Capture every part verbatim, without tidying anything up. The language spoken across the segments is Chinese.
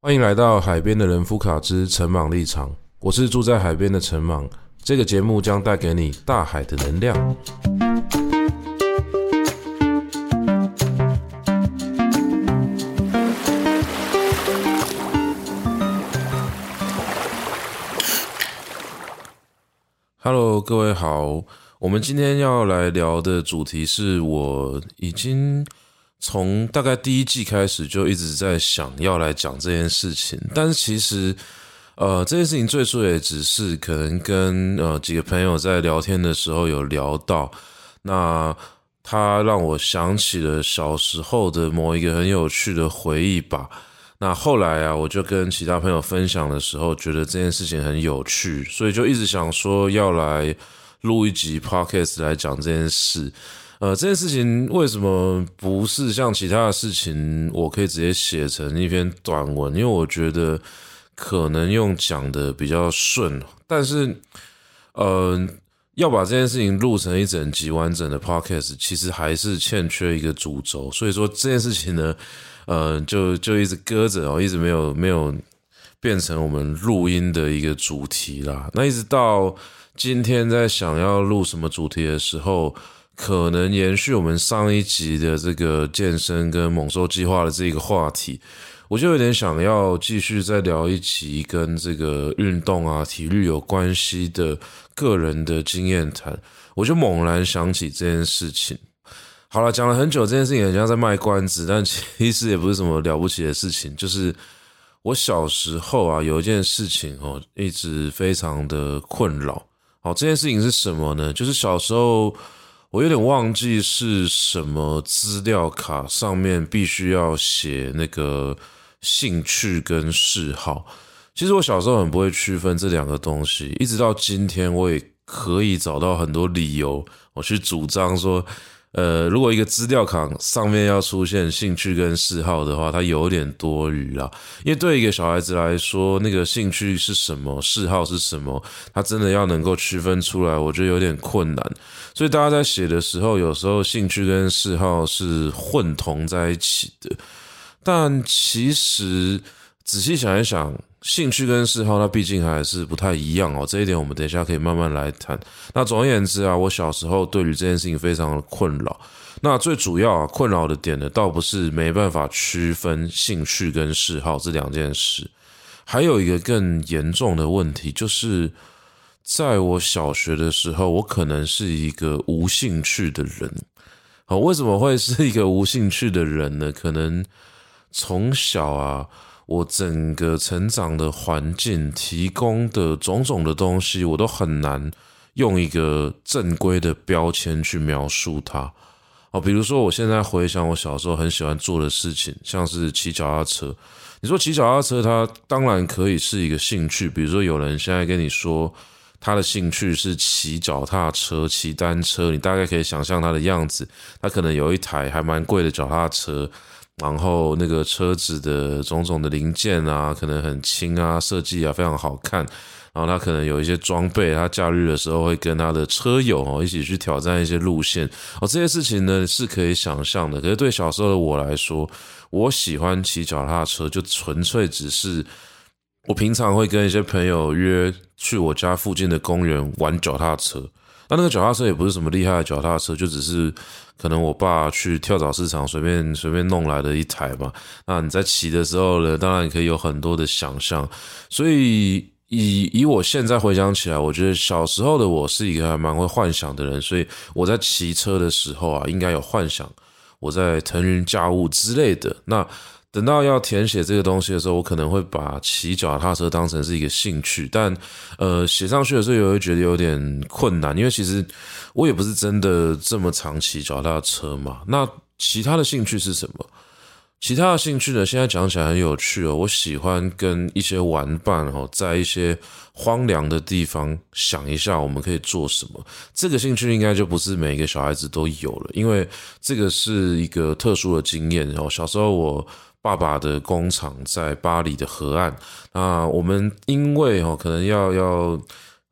欢迎来到海边的人夫卡之陈茻立场，我是住在海边的陈茻。这个节目将带给你大海的能量。Hello， 各位好，我们今天要来聊的主题是我已经从大概第一季开始就一直在想要来讲这件事情，但是其实呃这件事情最初也只是可能跟呃几个朋友在聊天的时候有聊到，那他让我想起了小时候的某一个很有趣的回忆吧。那后来啊，我就跟其他朋友分享的时候，觉得这件事情很有趣，所以就一直想说要来录一集 podcast 来讲这件事。呃，这件事情为什么不是像其他的事情，我可以直接写成一篇短文？因为我觉得可能用讲的比较顺，但是呃，要把这件事情录成一整集完整的 podcast， 其实还是欠缺一个主轴。所以说这件事情呢，呃，就就一直搁着哦，一直没有没有变成我们录音的一个主题啦。那一直到今天在想要录什么主题的时候，可能延续我们上一集的这个健身跟猛兽计划的这个话题，我就有点想要继续再聊一集跟这个运动啊、体育有关系的个人的经验谈。我就猛然想起这件事情。好了，讲了很久，这件事情很像在卖关子，但其实也不是什么了不起的事情。就是我小时候啊，有一件事情哦，一直非常的困扰。好，这件事情是什么呢？就是小时候我有点忘记是什么资料卡上面必须要写那个兴趣跟嗜好。其实我小时候很不会区分这两个东西，一直到今天我也可以找到很多理由，我去主张说呃，如果一个资料卡上面要出现兴趣跟嗜好的话，它有点多余啦。因为对一个小孩子来说，那个兴趣是什么，嗜好是什么，他真的要能够区分出来，我觉得有点困难。所以大家在写的时候，有时候兴趣跟嗜好是混同在一起的。但其实仔细想一想，兴趣跟嗜好它毕竟还是不太一样哦，这一点我们等一下可以慢慢来谈。那总而言之啊，我小时候对于这件事情非常的困扰。那最主要啊，困扰的点呢，倒不是没办法区分兴趣跟嗜好这两件事，还有一个更严重的问题，就是在我小学的时候，我可能是一个无兴趣的人。好，为什么会是一个无兴趣的人呢？可能从小啊，我整个成长的环境提供的种种的东西，我都很难用一个正规的标签去描述它。哦，比如说我现在回想我小时候很喜欢做的事情，像是骑脚踏车。你说骑脚踏车，它当然可以是一个兴趣，比如说有人现在跟你说他的兴趣是骑脚踏车、骑单车，你大概可以想象他的样子，他可能有一台还蛮贵的脚踏车，然后那个车子的种种的零件啊，可能很轻啊，设计啊非常好看，然后他可能有一些装备，他假日的时候会跟他的车友哦一起去挑战一些路线哦，这些事情呢是可以想象的。可是对小时候的我来说，我喜欢骑脚踏车，就纯粹只是我平常会跟一些朋友约去我家附近的公园玩脚踏车。那那个脚踏车也不是什么厉害的脚踏车，就只是可能我爸去跳蚤市场随便随便弄来的一台嘛。那你在骑的时候呢，当然可以有很多的想象。所以以以我现在回想起来，我觉得小时候的我是一个还蛮会幻想的人，所以我在骑车的时候啊，应该有幻想我在腾云驾雾之类的。那等到要填写这个东西的时候，我可能会把骑脚踏车当成是一个兴趣，但呃写上去的时候，也会觉得有点困难，因为其实我也不是真的这么常骑脚踏车嘛。那其他的兴趣是什么？其他的兴趣呢，现在讲起来很有趣哦。我喜欢跟一些玩伴哦，在一些荒凉的地方想一下我们可以做什么。这个兴趣应该就不是每一个小孩子都有了，因为这个是一个特殊的经验哦。小时候我爸爸的工厂在巴黎的河岸，那我们因为哦可能要要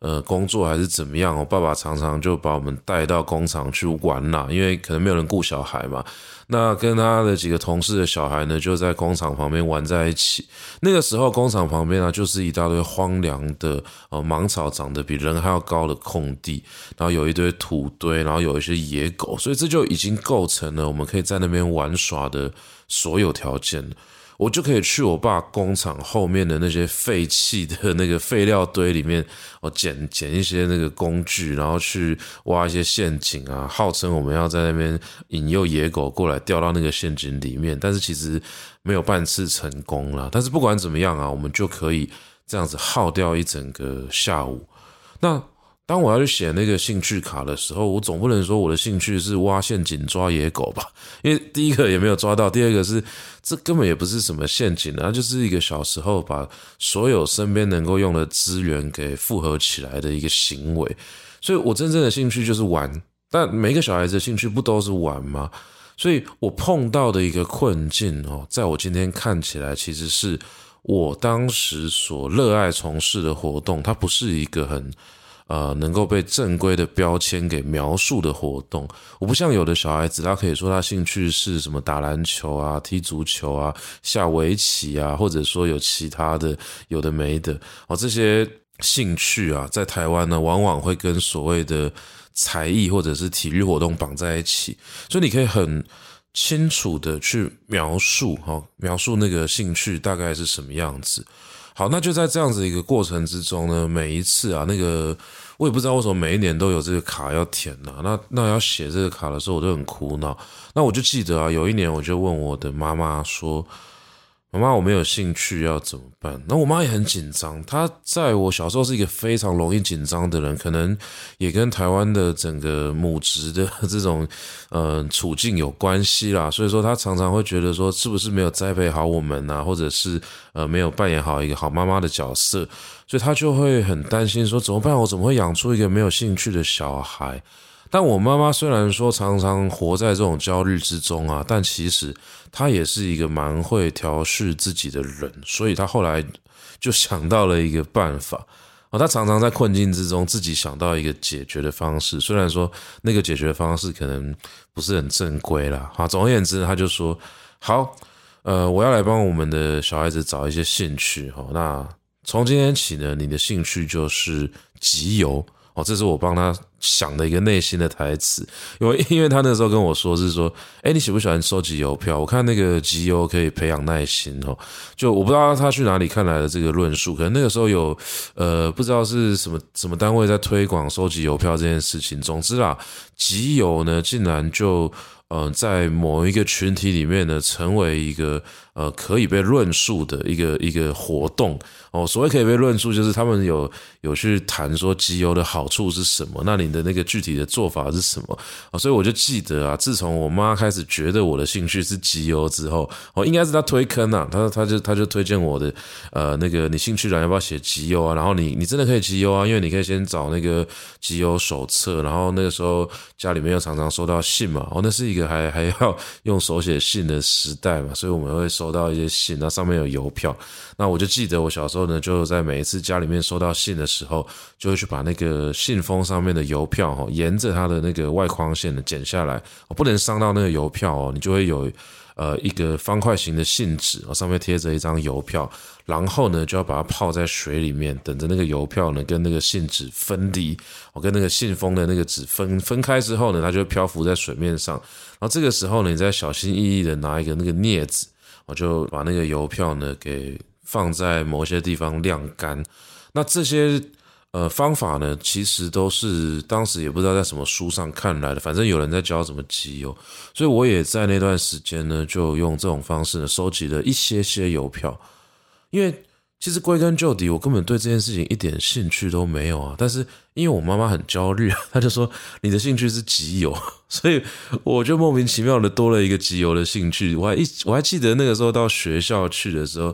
呃工作还是怎么样，我爸爸常常就把我们带到工厂去玩啦，因为可能没有人顾小孩嘛。那跟他的几个同事的小孩呢，就在工厂旁边玩在一起。那个时候工厂旁边啊，就是一大堆荒凉的呃芒草长得比人还要高的空地，然后有一堆土堆，然后有一些野狗，所以这就已经构成了我们可以在那边玩耍的所有条件了。我就可以去我爸工厂后面的那些废弃的那个废料堆里面，我捡捡一些那个工具，然后去挖一些陷阱啊，号称我们要在那边引诱野狗过来掉到那个陷阱里面，但是其实没有半次成功啦。但是不管怎么样啊，我们就可以这样子耗掉一整个下午。那当我要去写那个兴趣卡的时候，我总不能说我的兴趣是挖陷阱抓野狗吧，因为第一个也没有抓到，第二个是这根本也不是什么陷阱啊，就是一个小时候把所有身边能够用的资源给复合起来的一个行为。所以我真正的兴趣就是玩，但每个小孩子的兴趣不都是玩吗？所以我碰到的一个困境哦，在我今天看起来其实是我当时所热爱从事的活动，它不是一个很呃，能够被正规的标签给描述的活动。我不像有的小孩子，他可以说他兴趣是什么打篮球啊、踢足球啊、下围棋啊，或者说有其他的有的没的哦，这些兴趣啊，在台湾呢，往往会跟所谓的才艺或者是体育活动绑在一起，所以你可以很清楚的去描述，哦，描述那个兴趣大概是什么样子。好，那就在这样子一个过程之中呢，每一次啊，那个我也不知道为什么每一年都有这个卡要填啊，那那要写这个卡的时候，我都很苦恼。那我就记得啊，有一年我就问我的妈妈说：“妈妈，我没有兴趣要怎么办？”那我妈也很紧张，她在我小时候是一个非常容易紧张的人，可能也跟台湾的整个母职的这种呃处境有关系啦。所以说，她常常会觉得说，是不是没有栽培好我们啊，或者是呃没有扮演好一个好妈妈的角色，所以她就会很担心说，怎么办？我怎么会养出一个没有兴趣的小孩？但我妈妈虽然说常常活在这种焦虑之中啊，但其实她也是一个蛮会调适自己的人，所以她后来就想到了一个办法。哦，她常常在困境之中自己想到一个解决的方式，虽然说那个解决方式可能不是很正规啦。好，总而言之，她就说：“好，呃，我要来帮我们的小孩子找一些兴趣。好，那从今天起呢，你的兴趣就是集邮。”哦，这是我帮他想的一个内心的台词，因为因为他那时候跟我说是说，哎，你喜不喜欢收集邮票？我看那个集邮可以培养耐心哦。就我不知道他去哪里看来的这个论述，可能那个时候有呃不知道是什么什么单位在推广收集邮票这件事情。总之啦，集邮呢竟然就呃在某一个群体里面呢，成为一个呃可以被论述的一个一个活动。哦，所谓可以被论述，就是他们有有去谈说集邮的好处是什么，那你的那个具体的做法是什么？哦，所以我就记得啊，自从我妈开始觉得我的兴趣是集邮之后，哦，应该是她推坑啊，她她就她就推荐我的，呃，那个你兴趣栏要不要写集邮啊？然后你你真的可以集邮啊，因为你可以先找那个集邮手册，然后那个时候家里面又常常收到信嘛，哦，那是一个还还要用手写信的时代嘛，所以我们会收到一些信，那上面有邮票。那我就记得我小时候呢，就在每一次家里面收到信的时候，就会去把那个信封上面的邮票沿着它的那个外框线的剪下来，不能伤到那个邮票哦，你就会有呃一个方块形的信纸，上面贴着一张邮票，然后呢就要把它泡在水里面，等着那个邮票呢跟那个信纸分离，跟那个信封的那个纸分分开之后呢，它就会漂浮在水面上，然后这个时候呢，你再小心翼翼的拿一个那个镊子，我就把那个邮票呢给放在某些地方晾干。那这些呃方法呢，其实都是当时也不知道在什么书上看来的，反正有人在教怎么集邮，所以我也在那段时间呢，就用这种方式呢，收集了一些些邮票。因为其实归根究底，我根本对这件事情一点兴趣都没有啊。但是因为我妈妈很焦虑，她就说你的兴趣是集邮，所以我就莫名其妙的多了一个集邮的兴趣。我还一我还记得那个时候到学校去的时候。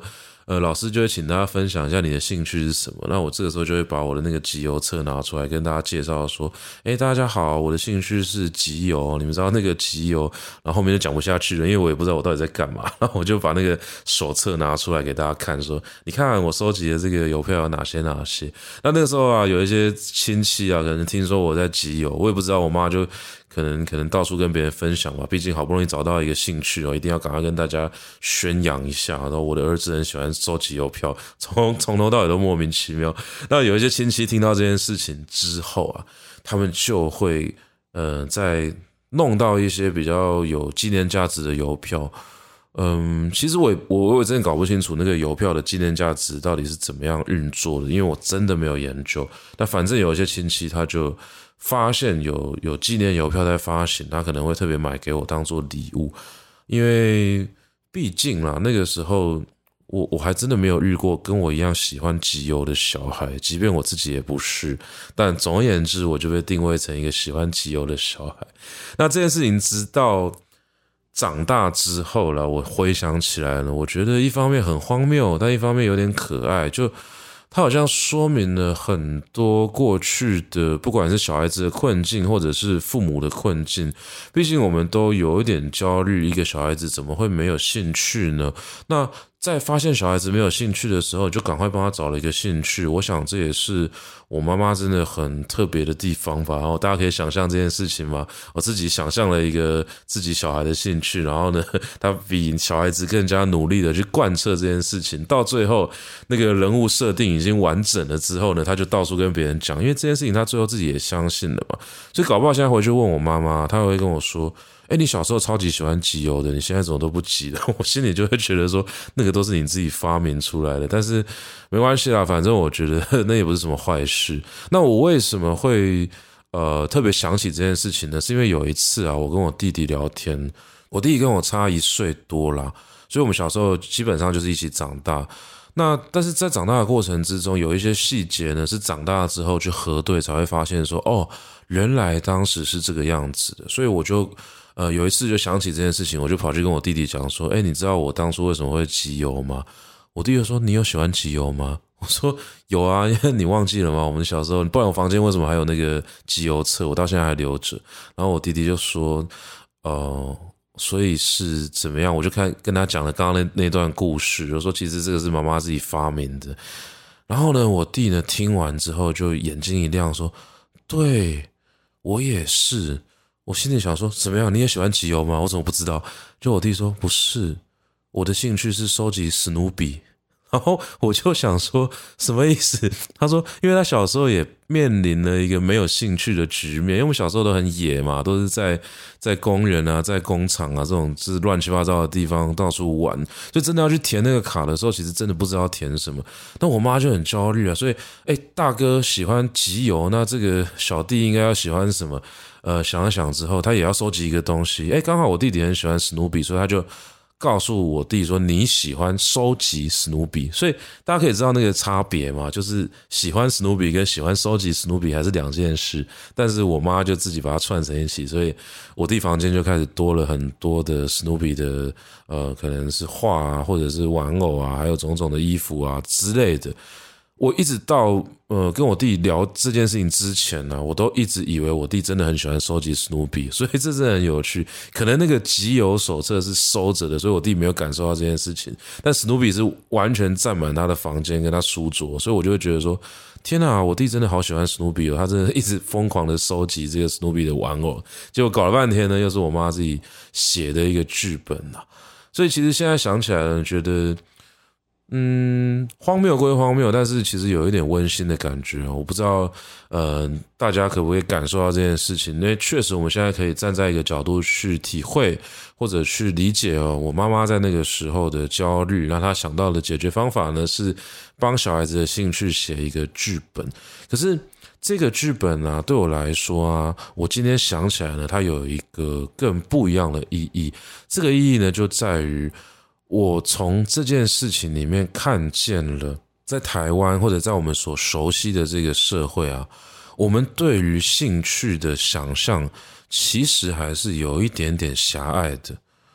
呃，老师就会请大家分享一下你的兴趣是什么。那我这个时候就会把我的那个集邮册拿出来跟大家介绍说，诶，大家好，我的兴趣是集邮，你们知道那个集邮，然后后面就讲不下去了，因为我也不知道我到底在干嘛，然后我就把那个手册拿出来给大家看说，你看我收集的这个邮票有哪些哪些。那那个时候啊，有一些亲戚啊，可能听说我在集邮，我也不知道，我妈就可能可能到处跟别人分享吧，毕竟好不容易找到一个兴趣哦，一定要赶快跟大家宣扬一下。然后我的儿子很喜欢收集邮票，从从头到尾都莫名其妙。那有一些亲戚听到这件事情之后啊，他们就会呃在弄到一些比较有纪念价值的邮票。嗯，其实我也我我也真的搞不清楚那个邮票的纪念价值到底是怎么样运作的，因为我真的没有研究。那反正有一些亲戚他就发现有有纪念邮票在发行，他可能会特别买给我当做礼物，因为毕竟啦，那个时候我我还真的没有遇过跟我一样喜欢集邮的小孩，即便我自己也不是。但总而言之，我就被定位成一个喜欢集邮的小孩。那这件事情直到长大之后啦，我回想起来了，我觉得一方面很荒谬，但一方面有点可爱，就它好像说明了很多过去的，不管是小孩子的困境，或者是父母的困境。毕竟我们都有一点焦虑，一个小孩子怎么会没有兴趣呢？那在发现小孩子没有兴趣的时候，就赶快帮他找了一个兴趣。我想这也是我妈妈真的很特别的地方吧。然后大家可以想象这件事情吗？我自己想象了一个自己小孩的兴趣，然后呢，他比小孩子更加努力的去贯彻这件事情，到最后那个人物设定已经完整了之后呢，他就到处跟别人讲，因为这件事情他最后自己也相信了嘛。所以搞不好现在回去问我妈妈，她会跟我说，哎，你小时候超级喜欢集邮的，你现在怎么都不集了？我心里就会觉得说，那个都是你自己发明出来的。但是没关系啦，反正我觉得那也不是什么坏事。那我为什么会呃特别想起这件事情呢？是因为有一次啊，我跟我弟弟聊天，我弟弟跟我差一岁多啦，所以我们小时候基本上就是一起长大。那但是在长大的过程之中，有一些细节呢，是长大之后去核对才会发现说，哦，原来当时是这个样子的。所以我就呃有一次就想起这件事情，我就跑去跟我弟弟讲说，哎，你知道我当初为什么会集邮吗？我弟弟说，你有喜欢集邮吗？我说有啊，因为你忘记了吗？我们小时候，不然我房间为什么还有那个集邮册？我到现在还留着。然后我弟弟就说，呃。所以是怎么样？我就看跟他讲了刚刚那那段故事，就说其实这个是妈妈自己发明的。然后呢，我弟呢听完之后就眼睛一亮，说：“对，我也是。”我心里想说：“怎么样？你也喜欢集邮吗？我怎么不知道？”就我弟说：“不是，我的兴趣是收集史努比。”然后我就想说什么意思？他说，因为他小时候也面临了一个没有兴趣的局面，因为我们小时候都很野嘛，都是在在公园啊、在工厂啊这种就是乱七八糟的地方到处玩，所以真的要去填那个卡的时候，其实真的不知道填什么。那我妈就很焦虑啊，所以哎，大哥喜欢集邮，那这个小弟应该要喜欢什么？呃，想了想之后，他也要收集一个东西。哎，刚好我弟弟很喜欢史努比，所以他就告诉我弟说你喜欢收集史努比，所以大家可以知道那个差别嘛，就是喜欢史努比跟喜欢收集史努比还是两件事。但是我妈就自己把它串成一起，所以我弟房间就开始多了很多的史努比的呃，可能是画啊，或者是玩偶啊，还有种种的衣服啊之类的。我一直到呃跟我弟聊这件事情之前呢、啊，我都一直以为我弟真的很喜欢收集史努比，所以这真的很有趣。可能那个集邮手册是收着的，所以我弟没有感受到这件事情。但史努比是完全占满他的房间跟他书桌，所以我就会觉得说，天哪，我弟真的好喜欢史努比哦，他真的一直疯狂的收集这个史努比的玩偶。结果搞了半天呢，又是我妈自己写的一个剧本啊。所以其实现在想起来呢，觉得。嗯，荒谬归荒谬，但是其实有一点温馨的感觉。我不知道，呃，大家可不可以感受到这件事情？因为确实我们现在可以站在一个角度去体会，或者去理解哦，我妈妈在那个时候的焦虑，那她想到的解决方法呢，是帮小孩子的兴趣写一个剧本。可是这个剧本啊，对我来说啊，我今天想起来呢，它有一个更不一样的意义。这个意义呢，就在于。我从这件事情里面看见了，在台湾或者在我们所熟悉的这个社会啊，我们对于兴趣的想象其实还是有一点点狭隘的。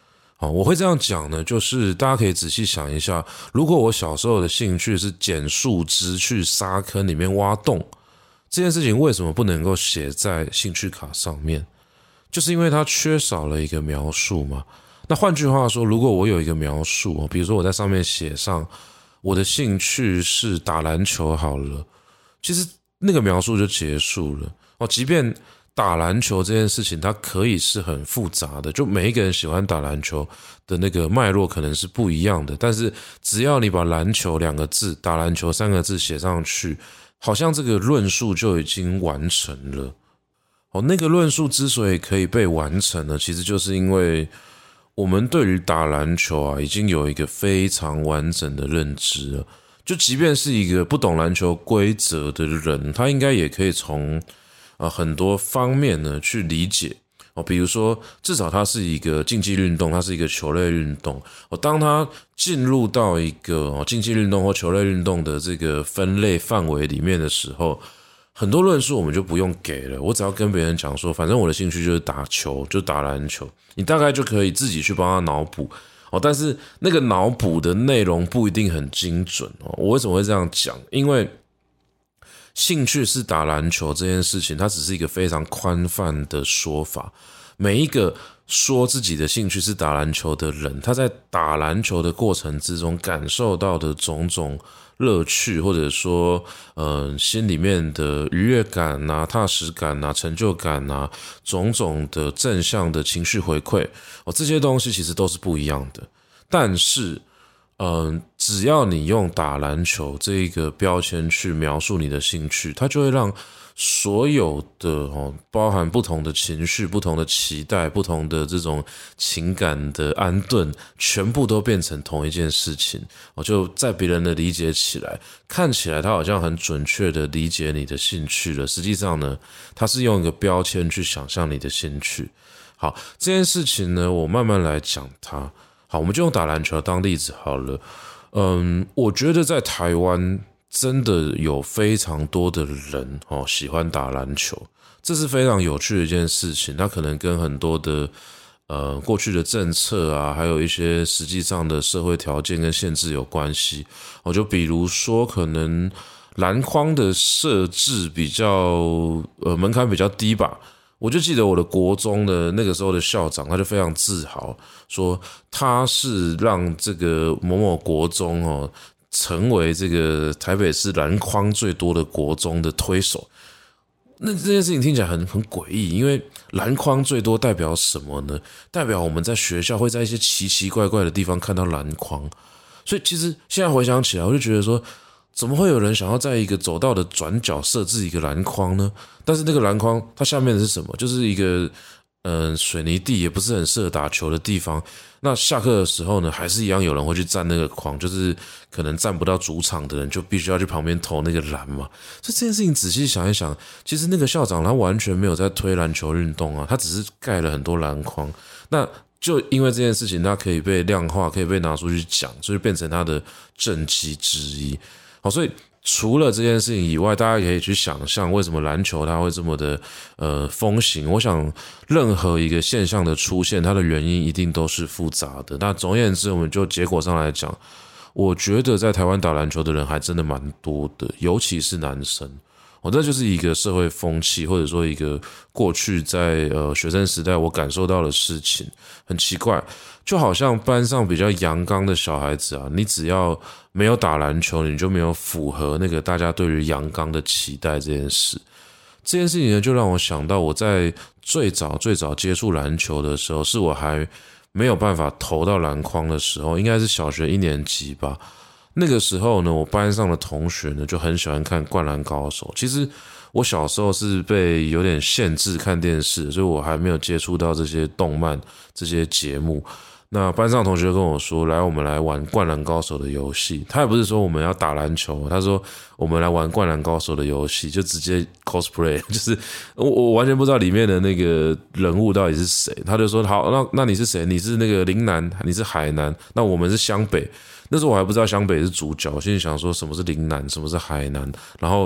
好，我会这样讲呢，就是大家可以仔细想一下，如果我小时候的兴趣是捡树枝去沙坑里面挖洞，这件事情为什么不能够写在兴趣卡上面？就是因为它缺少了一个描述嘛。那换句话说，如果我有一个描述，比如说我在上面写上我的兴趣是打篮球好了，其实那个描述就结束了哦。即便打篮球这件事情，它可以是很复杂的，就每一个人喜欢打篮球的那个脉络可能是不一样的，但是只要你把篮球两个字、打篮球三个字写上去，好像这个论述就已经完成了。哦，那个论述之所以可以被完成呢，其实就是因为我们对于打篮球啊，已经有一个非常完整的认知了。就即便是一个不懂篮球规则的人，他应该也可以从呃很多方面呢去理解哦。比如说，至少它是一个竞技运动，它是一个球类运动哦。当它进入到一个哦竞技运动或球类运动的这个分类范围里面的时候，很多论述我们就不用给了，我只要跟别人讲说，反正我的兴趣就是打球，就打篮球，你大概就可以自己去帮他脑补哦。但是那个脑补的内容不一定很精准哦。我为什么会这样讲？因为兴趣是打篮球这件事情，它只是一个非常宽泛的说法。每一个说自己的兴趣是打篮球的人，他在打篮球的过程之中感受到的种种乐趣，或者说呃心里面的愉悦感啊、踏实感啊、成就感啊，种种的正向的情绪回馈哦，这些东西其实都是不一样的。但是嗯、呃，只要你用打篮球这一个标签去描述你的兴趣，它就会让所有的哦，包含不同的情绪、不同的期待、不同的这种情感的安顿，全部都变成同一件事情。哦，就在别人的理解起来，看起来他好像很准确的理解你的兴趣了。实际上呢，他是用一个标签去想象你的兴趣。好，这件事情呢，我慢慢来讲它。好，我们就用打篮球当例子好了。嗯，我觉得在台湾真的有非常多的人哦喜欢打篮球，这是非常有趣的一件事情。它可能跟很多的呃过去的政策啊，还有一些实际上的社会条件跟限制有关系。哦，就比如说可能篮筐的设置比较呃门槛比较低吧。我就记得我的国中的那个时候的校长，他就非常自豪说他是让这个某某国中哦成为这个台北市篮筐最多的国中的推手。那这件事情听起来很很诡异，因为篮筐最多代表什么呢？代表我们在学校会在一些奇奇怪怪的地方看到篮筐。所以其实现在回想起来，我就觉得说，怎么会有人想要在一个走道的转角设置一个篮筐呢？但是那个篮筐它下面的是什么？就是一个嗯、呃、水泥地，也不是很适合打球的地方。那下课的时候呢，还是一样有人会去占那个筐，就是可能占不到主场的人，就必须要去旁边投那个篮嘛。所以这件事情仔细想一想，其实那个校长他完全没有在推篮球运动啊，他只是盖了很多篮筐。那就因为这件事情，它可以被量化，可以被拿出去讲，所以变成他的政绩之一。好，所以除了这件事情以外，大家也可以去想象为什么篮球它会这么的呃风行。我想任何一个现象的出现，它的原因一定都是复杂的。那总而言之，我们就结果上来讲，我觉得在台湾打篮球的人还真的蛮多的，尤其是男生。哦，这就是一个社会风气，或者说一个过去在呃学生时代我感受到的事情。很奇怪，就好像班上比较阳刚的小孩子啊，你只要没有打篮球，你就没有符合那个大家对于阳刚的期待这件事。这件事情呢，就让我想到我在最早最早接触篮球的时候，是我还没有办法投到篮筐的时候，应该是小学一年级吧。那个时候呢，我班上的同学呢就很喜欢看《灌篮高手》。其实我小时候是被有点限制看电视，所以我还没有接触到这些动漫、这些节目。那班上同学跟我说：“来，我们来玩《灌篮高手》的游戏。”他也不是说我们要打篮球，他说我们来玩《灌篮高手》的游戏，就直接 cosplay， 就是我我完全不知道里面的那个人物到底是谁。他就说：“好，那那你是谁？你是那个陵南，你是海南，那我们是湘北。”那时候我还不知道湘北是主角，我心里想说什么是陵南，什么是海南，然后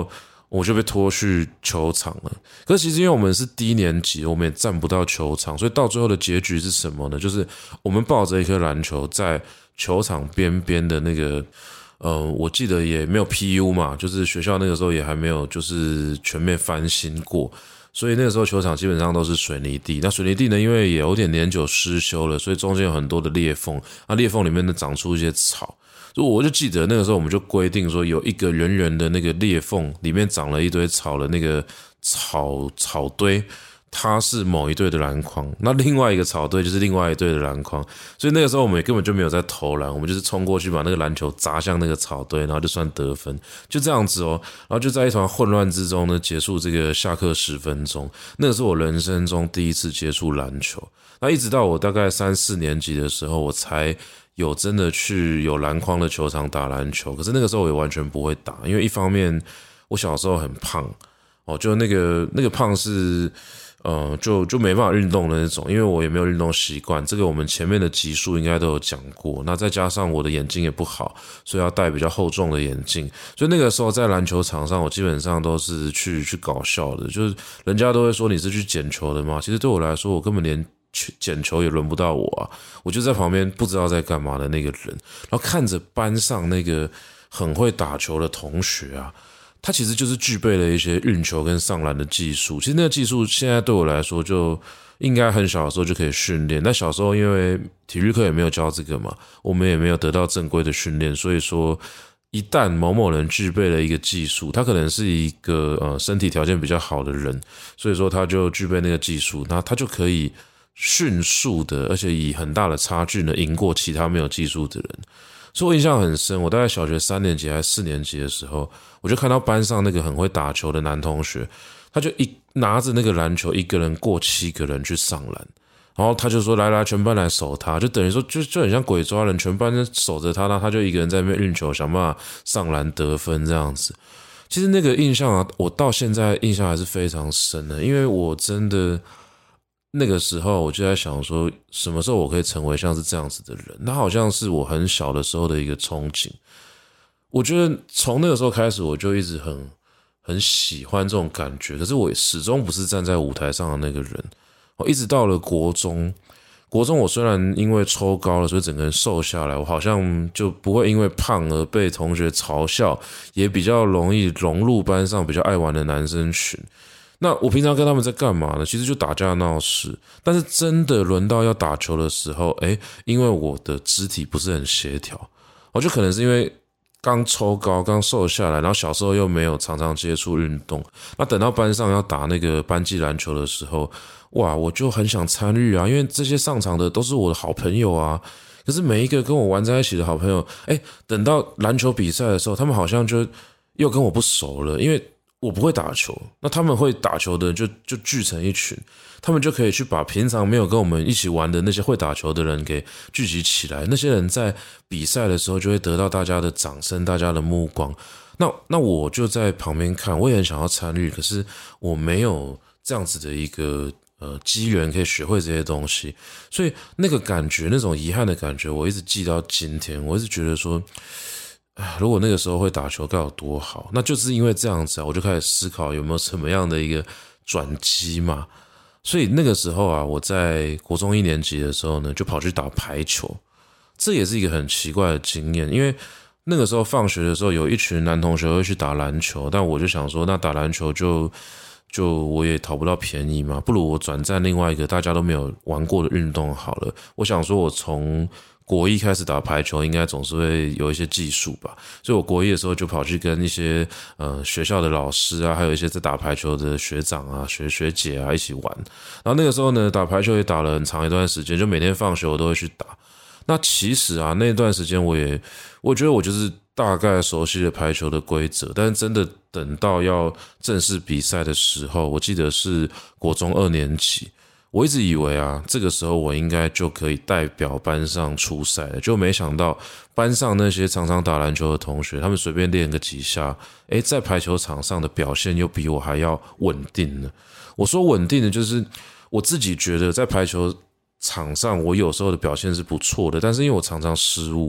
我就被拖去球场了。可是其实因为我们是低年级，我们也站不到球场，所以到最后的结局是什么呢？就是我们抱着一颗篮球在球场边边的那个，呃，我记得也没有 P U 嘛，就是学校那个时候也还没有就是全面翻新过。所以那个时候球场基本上都是水泥地，那水泥地呢，因为也有点年久失修了，所以中间有很多的裂缝，那裂缝里面呢长出一些草。所以我就记得那个时候我们就规定说，有一个圆圆的那个裂缝，里面长了一堆草的那个草草堆，它是某一队的篮筐，那另外一个草堆就是另外一队的篮筐，所以那个时候我们也根本就没有在投篮，我们就是冲过去把那个篮球砸向那个草堆，然后就算得分，就这样子哦。然后就在一团混乱之中呢，结束这个下课十分钟。那个是我人生中第一次接触篮球。那一直到我大概三四年级的时候，我才有真的去有篮筐的球场打篮球。可是那个时候我也完全不会打，因为一方面我小时候很胖哦，就那个那个胖是。呃，就就没办法运动的那种，因为我也没有运动习惯。这个我们前面的集数应该都有讲过。那再加上我的眼睛也不好，所以要戴比较厚重的眼镜。所以那个时候在篮球场上，我基本上都是去去搞笑的，就是人家都会说你是去捡球的嘛。其实对我来说，我根本连捡球也轮不到我啊，我就在旁边不知道在干嘛的那个人，然后看着班上那个很会打球的同学啊。他其实就是具备了一些运球跟上篮的技术，其实那个技术现在对我来说就应该很小的时候就可以训练。但小时候因为体育课也没有教这个嘛，我们也没有得到正规的训练，所以说一旦某某人具备了一个技术，他可能是一个呃身体条件比较好的人，所以说他就具备那个技术，那他就可以迅速的，而且以很大的差距呢赢过其他没有技术的人。所以我印象很深，我大概小学三年级还是四年级的时候，我就看到班上那个很会打球的男同学，他就一拿着那个篮球，一个人过七个人去上篮，然后他就说来来，全班来守他，就等于说就就很像鬼抓人，全班守着他，那他就一个人在那边运球，想办法上篮得分这样子。其实那个印象啊，我到现在印象还是非常深的，因为我真的。那个时候我就在想说，什么时候我可以成为像是这样子的人？那好像是我很小的时候的一个憧憬。我觉得从那个时候开始，我就一直很很喜欢这种感觉。可是我始终不是站在舞台上的那个人。我一直到了国中，国中我虽然因为抽高了，所以整个人瘦下来，我好像就不会因为胖而被同学嘲笑，也比较容易融入班上比较爱玩的男生群。那我平常跟他们在干嘛呢？其实就打架闹事，但是真的轮到要打球的时候，诶，因为我的肢体不是很协调，我就可能是因为刚抽高、刚瘦下来，然后小时候又没有常常接触运动，那等到班上要打那个班级篮球的时候，哇，我就很想参与啊，因为这些上场的都是我的好朋友啊。可是每一个跟我玩在一起的好朋友，诶，等到篮球比赛的时候，他们好像就又跟我不熟了，因为我不会打球，那他们会打球的人就就聚成一群，他们就可以去把平常没有跟我们一起玩的那些会打球的人给聚集起来。那些人在比赛的时候就会得到大家的掌声，大家的目光。那那我就在旁边看，我也很想要参与，可是我没有这样子的一个呃机缘可以学会这些东西，所以那个感觉，那种遗憾的感觉，我一直记到今天。我一直觉得说。如果那个时候会打球该有多好，那就是因为这样子啊，我就开始思考有没有什么样的一个转机嘛。所以那个时候啊，我在国中一年级的时候呢，就跑去打排球，这也是一个很奇怪的经验，因为那个时候放学的时候有一群男同学会去打篮球，但我就想说，那打篮球就就我也讨不到便宜嘛，不如我转战另外一个大家都没有玩过的运动好了。我想说，我从国一开始打排球，应该总是会有一些技术吧，所以我国一的时候就跑去跟一些呃学校的老师啊，还有一些在打排球的学长啊、学学姐啊一起玩。然后那个时候呢，打排球也打了很长一段时间，就每天放学我都会去打。那其实啊，那段时间我也，我觉得我就是大概熟悉了排球的规则，但是真的等到要正式比赛的时候，我记得是国中二年级。我一直以为啊，这个时候我应该就可以代表班上出赛了，就没想到班上那些常常打篮球的同学，他们随便练个几下，诶，在排球场上的表现又比我还要稳定呢。我说稳定的，就是我自己觉得在排球场上，我有时候的表现是不错的，但是因为我常常失误，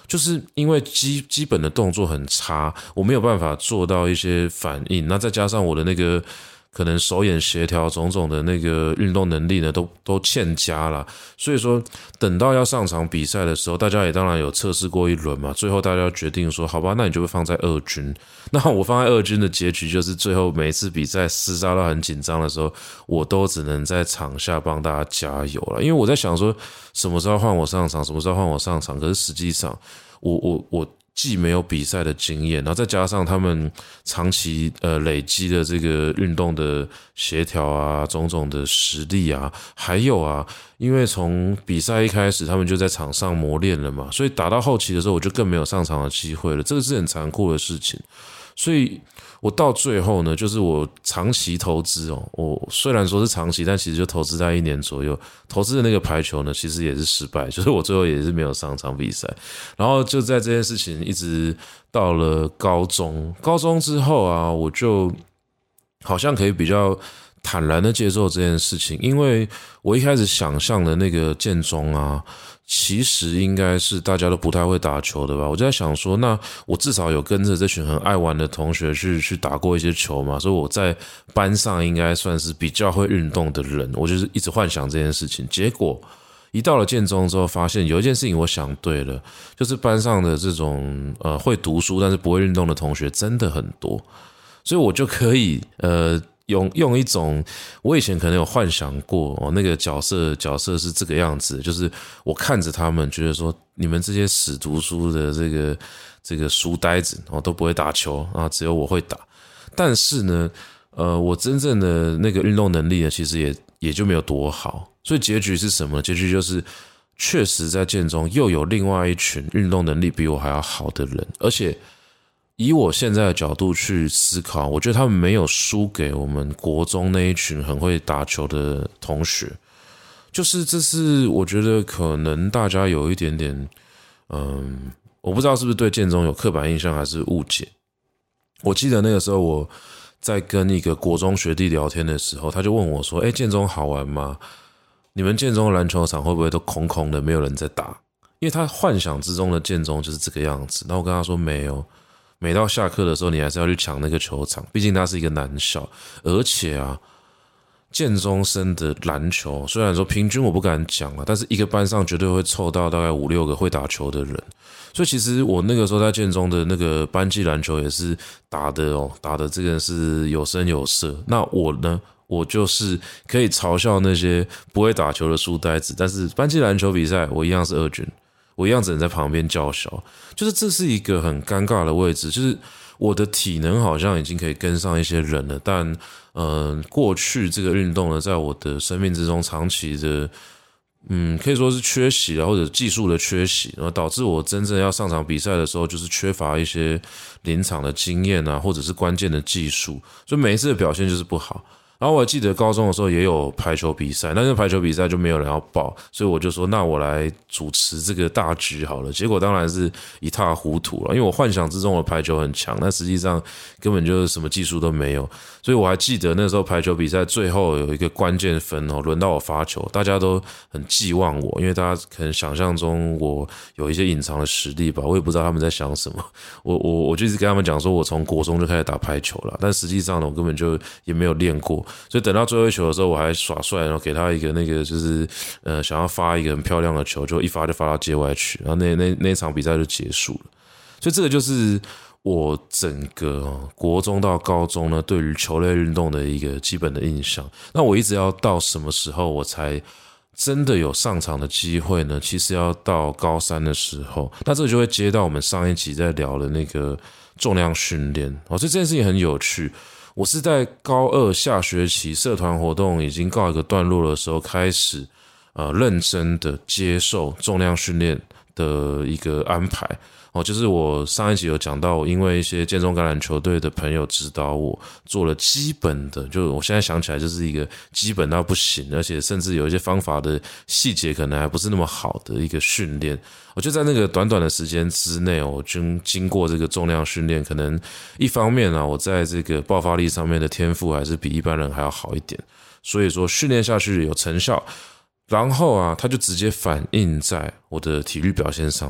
就是因为基基本的动作很差，我没有办法做到一些反应，那再加上我的那个可能手眼协调种种的那个运动能力呢，都都欠佳啦。所以说，等到要上场比赛的时候，大家也当然有测试过一轮嘛。最后大家决定说，好吧，那你就会放在二军。那我放在二军的结局就是，最后每一次比赛厮杀到很紧张的时候，我都只能在场下帮大家加油了。因为我在想说，什么时候换我上场，什么时候换我上场。可是实际上，我我我。既没有比赛的经验，然后再加上他们长期呃累积的这个运动的协调啊，种种的实力啊，还有啊，因为从比赛一开始他们就在场上磨练了嘛，所以打到后期的时候我就更没有上场的机会了，这个是很残酷的事情。所以我到最后呢，就是我长期投资哦，我虽然说是长期，但其实就投资在一年左右，投资的那个排球呢，其实也是失败，就是我最后也是没有上场比赛。然后就在这件事情一直到了高中，高中之后啊，我就好像可以比较坦然的接受这件事情，因为我一开始想象的那个建中啊，其实应该是大家都不太会打球的吧。我就在想说，那我至少有跟着这群很爱玩的同学去去打过一些球嘛，所以我在班上应该算是比较会运动的人。我就是一直幻想这件事情，结果一到了建中之后，发现有一件事情我想对了，就是班上的这种呃会读书但是不会运动的同学真的很多，所以我就可以呃。用用一种我以前可能有幻想过哦，那个角色角色是这个样子，就是我看着他们，觉得说你们这些死读书的这个这个书呆子哦都不会打球啊，只有我会打。但是呢，呃，我真正的那个运动能力呢，其实也也就没有多好。所以结局是什么？结局就是确实在建中又有另外一群运动能力比我还要好的人，而且。以我现在的角度去思考，我觉得他们没有输给我们国中那一群很会打球的同学，就是这是我觉得可能大家有一点点，嗯，我不知道是不是对建中有刻板印象还是误解。我记得那个时候我在跟一个国中学弟聊天的时候，他就问我说：“哎，建中好玩吗？你们建中篮球场会不会都空空的，没有人在打？”因为他幻想之中的建中就是这个样子。然后我跟他说没有。每到下课的时候，你还是要去抢那个球场，毕竟它是一个男校，而且啊，建中生的篮球虽然说平均我不敢讲啊，但是一个班上绝对会凑到大概五六个会打球的人，所以其实我那个时候在建中的那个班级篮球也是打的哦，打的这个是有声有色。那我呢，我就是可以嘲笑那些不会打球的书呆子，但是班级篮球比赛我一样是二军。我一样只能在旁边叫嚣，就是这是一个很尴尬的位置，就是我的体能好像已经可以跟上一些人了，但呃，过去这个运动呢，在我的生命之中长期的，嗯，可以说是缺席了，或者技术的缺席，然后导致我真正要上场比赛的时候，就是缺乏一些临场的经验啊，或者是关键的技术，所以每一次的表现就是不好。然后我还记得高中的时候也有排球比赛，但是排球比赛就没有人要报，所以我就说那我来主持这个大局好了。结果当然是一塌糊涂了，因为我幻想之中的排球很强，但实际上根本就是什么技术都没有。所以我还记得那时候排球比赛最后有一个关键分哦，轮到我发球，大家都很寄望我，因为大家可能想象中我有一些隐藏的实力吧，我也不知道他们在想什么。我我我就一直跟他们讲说，我从国中就开始打排球了，但实际上呢，我根本就也没有练过。所以等到最后一球的时候，我还耍帅，然后给他一个那个就是呃想要发一个很漂亮的球，就一发就发到界外去，然后那那那一场比赛就结束了。所以这个就是我整个、哦、国中到高中呢对于球类运动的一个基本的印象。那我一直要到什么时候我才真的有上场的机会呢？其实要到高三的时候，那这就会接到我们上一集在聊的那个重量训练哦，所以这件事情很有趣。我是在高二下学期社团活动已经告一个段落的时候，开始呃认真的接受重量训练的一个安排。哦，就是我上一集有讲到，因为一些建中橄榄球队的朋友指导我做了基本的，就我现在想起来就是一个基本到不行，而且甚至有一些方法的细节可能还不是那么好的一个训练。我就在那个短短的时间之内，我就经过这个重量训练，可能一方面啊，我在这个爆发力上面的天赋还是比一般人还要好一点，所以说训练下去有成效。然后啊，它就直接反映在我的体育表现上面。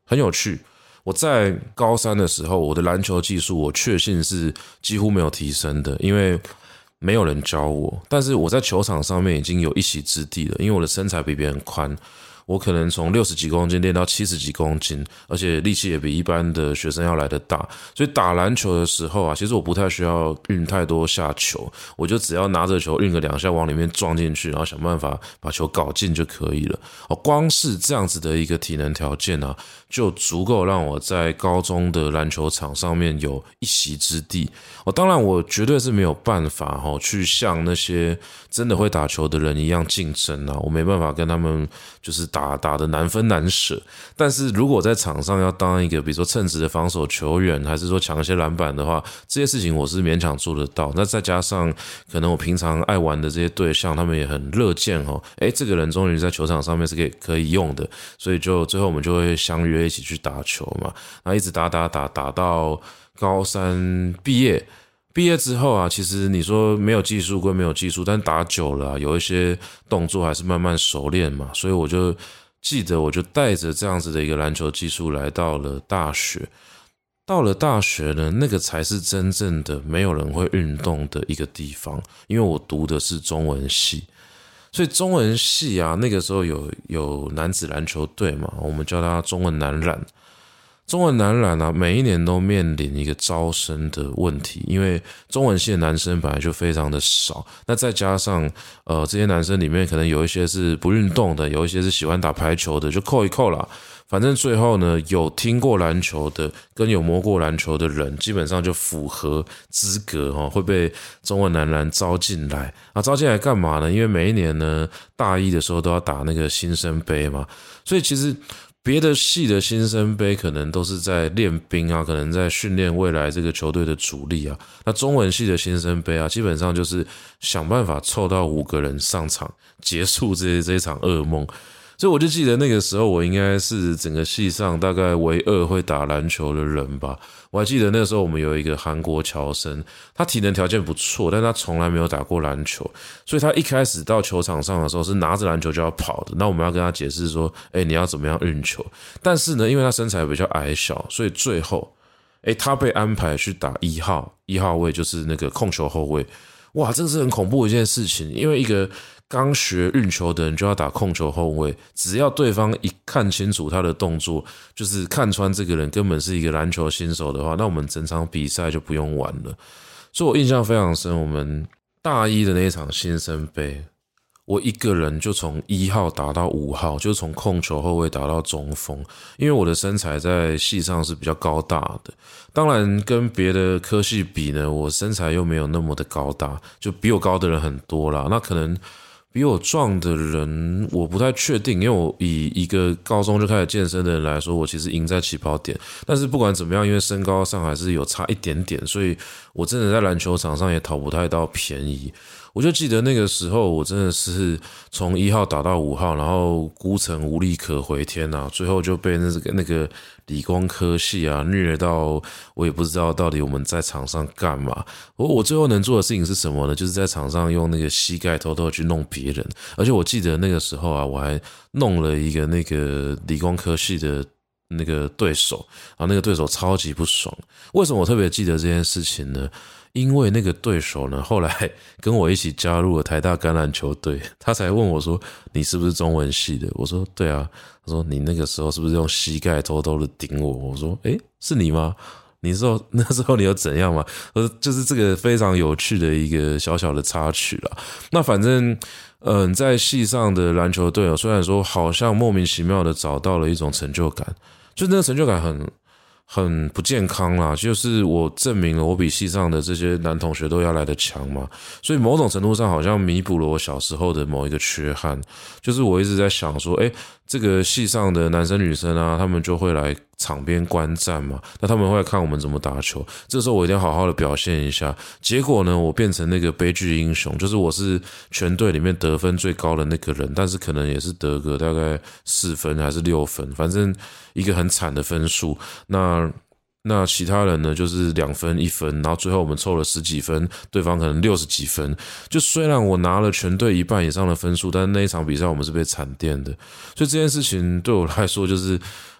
很有趣。我在高三的时候，我的篮球技术我确信是几乎没有提升的，因为没有人教我。但是我在球场上面已经有一席之地了，因为我的身材比别人宽。我可能从六十几公斤练到七十几公斤，而且力气也比一般的学生要来得大，所以打篮球的时候啊，其实我不太需要运太多下球，我就只要拿着球运个两下往里面撞进去，然后想办法把球搞进就可以了。哦，光是这样子的一个体能条件啊，就足够让我在高中的篮球场上面有一席之地。哦，当然我绝对是没有办法哦，去像那些真的会打球的人一样竞争啊，我没办法跟他们就是打打的难分难舍。但是如果在场上要当一个比如说称职的防守球员，还是说抢一些篮板的话，这些事情我是勉强做得到。那再加上可能我平常爱玩的这些对象，他们也很乐见哦，诶，这个人终于在球场上面是可以可以用的，所以就最后我们就会相约一起去打球嘛，然后一直打打打打到高三毕业。毕业之后啊，其实你说没有技术归没有技术，但打久了啊，有一些动作还是慢慢熟练嘛，所以我就记得我就带着这样子的一个篮球技术来到了大学。到了大学呢，那个才是真正的没有人会运动的一个地方，因为我读的是中文系，所以中文系啊，那个时候有有男子篮球队嘛，我们叫它中文男篮。中文男篮啊，每一年都面临一个招生的问题，因为中文系的男生本来就非常的少，那再加上呃这些男生里面可能有一些是不运动的，有一些是喜欢打排球的，就扣一扣啦。反正最后呢，有听过篮球的跟有摸过篮球的人，基本上就符合资格哦，会被中文男篮招进来啊。招进来干嘛呢？因为每一年呢，大一的时候都要打那个新生杯嘛，所以其实别的系的新生杯可能都是在练兵啊，可能在训练未来这个球队的主力啊。那中文系的新生杯啊，基本上就是想办法凑到五个人上场，结束这这一场噩梦。所以我就记得那个时候，我应该是整个系上大概唯二会打篮球的人吧。我还记得那个时候我们有一个韩国侨生，他体能条件不错，但他从来没有打过篮球，所以他一开始到球场上的时候是拿着篮球就要跑的。那我们要跟他解释说，哎，你要怎么样运球？但是呢，因为他身材比较矮小，所以最后，哎，他被安排去打一号，一号位就是那个控球后卫。哇，这是很恐怖的一件事情，因为一个刚学运球的人就要打控球后卫，只要对方一看清楚他的动作，就是看穿这个人根本是一个篮球新手的话，那我们整场比赛就不用玩了。所以我印象非常深，我们大一的那一场新生杯，我一个人就从一号打到五号，就从控球后卫打到中锋，因为我的身材在系上是比较高大的，当然跟别的科系比呢，我身材又没有那么的高大，就比我高的人很多啦，那可能比我壮的人我不太确定，因为我以一个高中就开始健身的人来说，我其实赢在起跑点，但是不管怎么样，因为身高上还是有差一点点，所以我真的在篮球场上也讨不太到便宜。我就记得那个时候，我真的是从一号打到五号，然后孤城无力可回天啊，最后就被那个那个理工科系啊虐到，我也不知道到底我们在场上干嘛。我我最后能做的事情是什么呢？就是在场上用那个膝盖偷偷去弄别人，而且我记得那个时候啊，我还弄了一个那个理工科系的那个对手，然后那个对手超级不爽。为什么我特别记得这件事情呢？因为那个对手呢，后来跟我一起加入了台大橄榄球队，他才问我说：“你是不是中文系的？”我说：“对啊。”他说：“你那个时候是不是用膝盖偷偷的顶我？”我说：“诶，是你吗？你说那时候你有怎样吗？”呃，就是这个非常有趣的一个小小的插曲啦。那反正，嗯、呃，在系上的篮球队友，虽然说好像莫名其妙的找到了一种成就感，就那个成就感很。很不健康啦，就是我证明了我比系上的这些男同学都要来得强嘛，所以某种程度上好像弥补了我小时候的某一个缺憾，就是我一直在想说，诶，这个系上的男生女生啊，他们就会来场边观战嘛，那他们会来看我们怎么打球，这时候我一定要好好的表现一下。结果呢，我变成那个悲剧英雄，就是我是全队里面得分最高的那个人，但是可能也是得个大概四分还是六分，反正一个很惨的分数。那那其他人呢，就是两分一分，然后最后我们凑了十几分，对方可能六十几分。就虽然我拿了全队一半以上的分数，但是那一场比赛我们是被惨电的，所以这件事情对我来说就是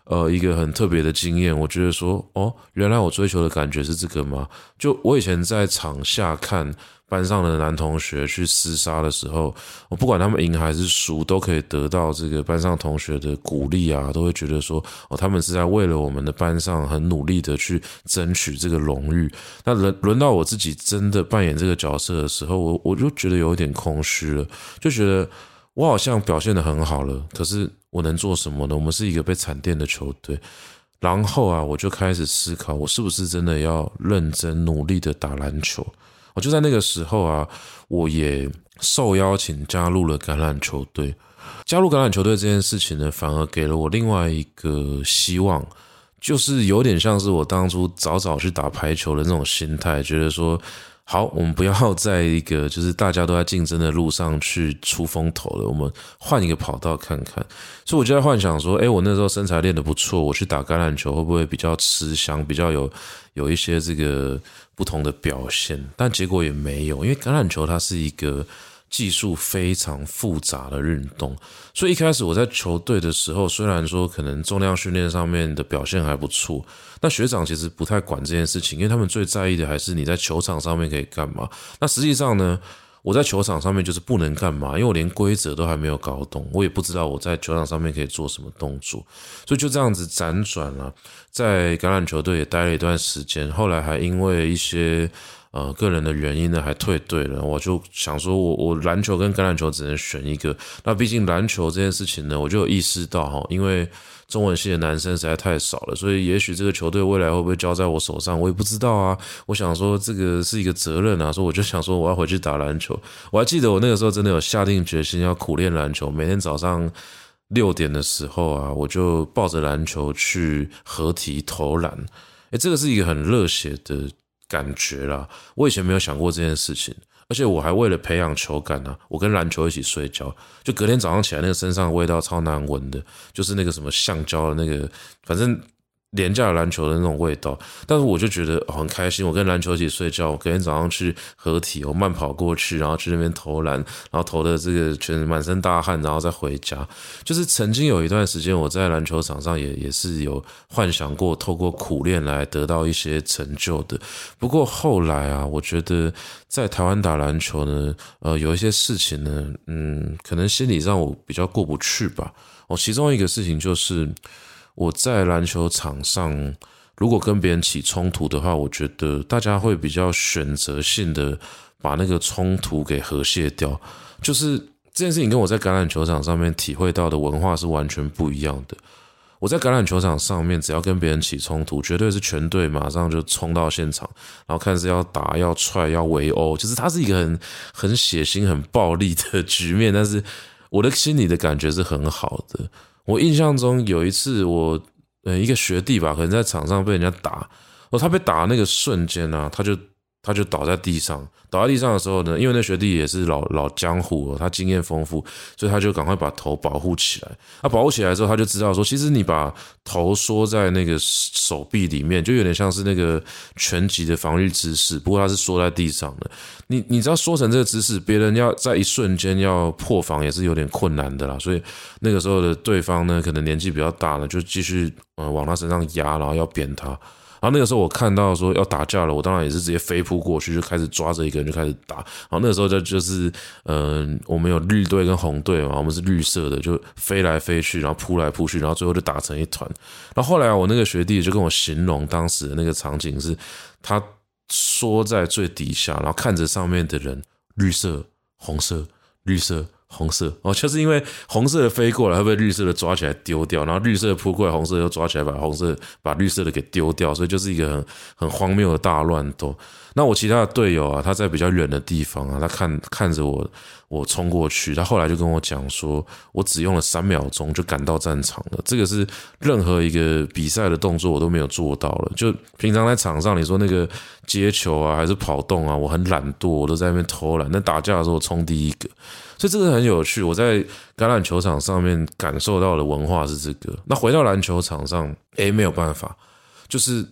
呃一个很特别的经验。我觉得说，哦，原来我追求的感觉是这个吗？就我以前在场下看班上的男同学去厮杀的时候，我不管他们赢还是输，都可以得到这个班上同学的鼓励啊，都会觉得说，哦，他们是在为了我们的班上很努力的去争取这个荣誉。那轮轮到我自己真的扮演这个角色的时候，我我就觉得有一点空虚了，就觉得我好像表现得很好了，可是我能做什么呢？我们是一个被惨电的球队。然后啊，我就开始思考，我是不是真的要认真努力的打篮球？我就在那个时候啊，我也受邀请加入了橄榄球队。加入橄榄球队这件事情呢，反而给了我另外一个希望，就是有点像是我当初早早去打排球的那种心态，觉得说，好，我们不要在一个就是大家都在竞争的路上去出风头了，我们换一个跑道看看。所以我就在幻想说，诶，我那时候身材练得不错，我去打橄榄球会不会比较吃香，比较有有一些这个不同的表现？但结果也没有，因为橄榄球它是一个技术非常复杂的运动，所以一开始我在球队的时候，虽然说可能重量训练上面的表现还不错，那学长其实不太管这件事情，因为他们最在意的还是你在球场上面可以干嘛。那实际上呢，我在球场上面就是不能干嘛，因为我连规则都还没有搞懂，我也不知道我在球场上面可以做什么动作，所以就这样子辗转了，在橄榄球队也待了一段时间，后来还因为一些呃，个人的原因呢，还退队了。我就想说我，我我篮球跟橄榄球只能选一个。那毕竟篮球这件事情呢，我就有意识到哈，因为中文系的男生实在太少了，所以也许这个球队未来会不会交在我手上，我也不知道啊。我想说，这个是一个责任啊，所以我就想说，我要回去打篮球。我还记得我那个时候真的有下定决心要苦练篮球，每天早上六点的时候啊，我就抱着篮球去合体投篮。诶，这个是一个很热血的感觉啦，我以前没有想过这件事情，而且我还为了培养球感啊，我跟篮球一起睡觉，就隔天早上起来那个身上的味道超难闻的，就是那个什么橡胶的那个，反正廉价的篮球的那种味道，但是我就觉得、哦、很开心，我跟篮球一起睡觉，我隔天早上去合体，我慢跑过去，然后去那边投篮，然后投的这个全满身大汗，然后再回家。就是曾经有一段时间，我在篮球场上也也是有幻想过，透过苦练来得到一些成就的。不过后来啊，我觉得在台湾打篮球呢，呃，有一些事情呢，嗯，可能心理上我比较过不去吧。哦，其中一个事情就是。我在篮球场上，如果跟别人起冲突的话，我觉得大家会比较选择性的把那个冲突给和谐掉。就是这件事情跟我在橄榄球场上面体会到的文化是完全不一样的。我在橄榄球场上面，只要跟别人起冲突，绝对是全队马上就冲到现场，然后看是要打、要踹、要围殴，就是它是一个很很血腥、很暴力的局面。但是我的心里的感觉是很好的。我印象中有一次我，呃，一个学弟吧，可能在场上被人家打，哦，他被打的那个瞬间啊，他就他就倒在地上，倒在地上的时候呢，因为那学弟也是老老江湖哦，他经验丰富，所以他就赶快把头保护起来。他保护起来之后，他就知道说，其实你把头缩在那个手臂里面，就有点像是那个拳击的防御姿势，不过他是缩在地上的。你你知道缩成这个姿势，别人要在一瞬间要破防也是有点困难的啦。所以那个时候的对方呢，可能年纪比较大了，就继续呃往他身上压，然后要扁他。然后那个时候我看到说要打架了，我当然也是直接飞扑过去，就开始抓着一个人就开始打。然后那个时候就就是嗯、呃，我们有绿队跟红队嘛，我们是绿色的，就飞来飞去，然后扑来扑去，然后最后就打成一团。然后后来我那个学弟就跟我形容当时的那个场景是，他缩在最底下，然后看着上面的人，绿色、红色、绿色。红色哦，就是因为红色的飞过来会被绿色的抓起来丢掉，然后绿色的扑过来，红色又抓起来把红色把绿色的给丢掉，所以就是一个很很荒谬的大乱斗。那我其他的队友啊，他在比较远的地方啊，他看看着我，我冲过去，他后来就跟我讲说，我只用了三秒钟就赶到战场了。这个是任何一个比赛的动作我都没有做到了。就平常在场上，你说那个接球啊，还是跑动啊，我很懒惰，我都在那边偷懒。但打架的时候，我冲第一个。所以这个很有趣，我在橄榄球场上面感受到的文化是这个。那回到篮球场上，诶，没有办法，就是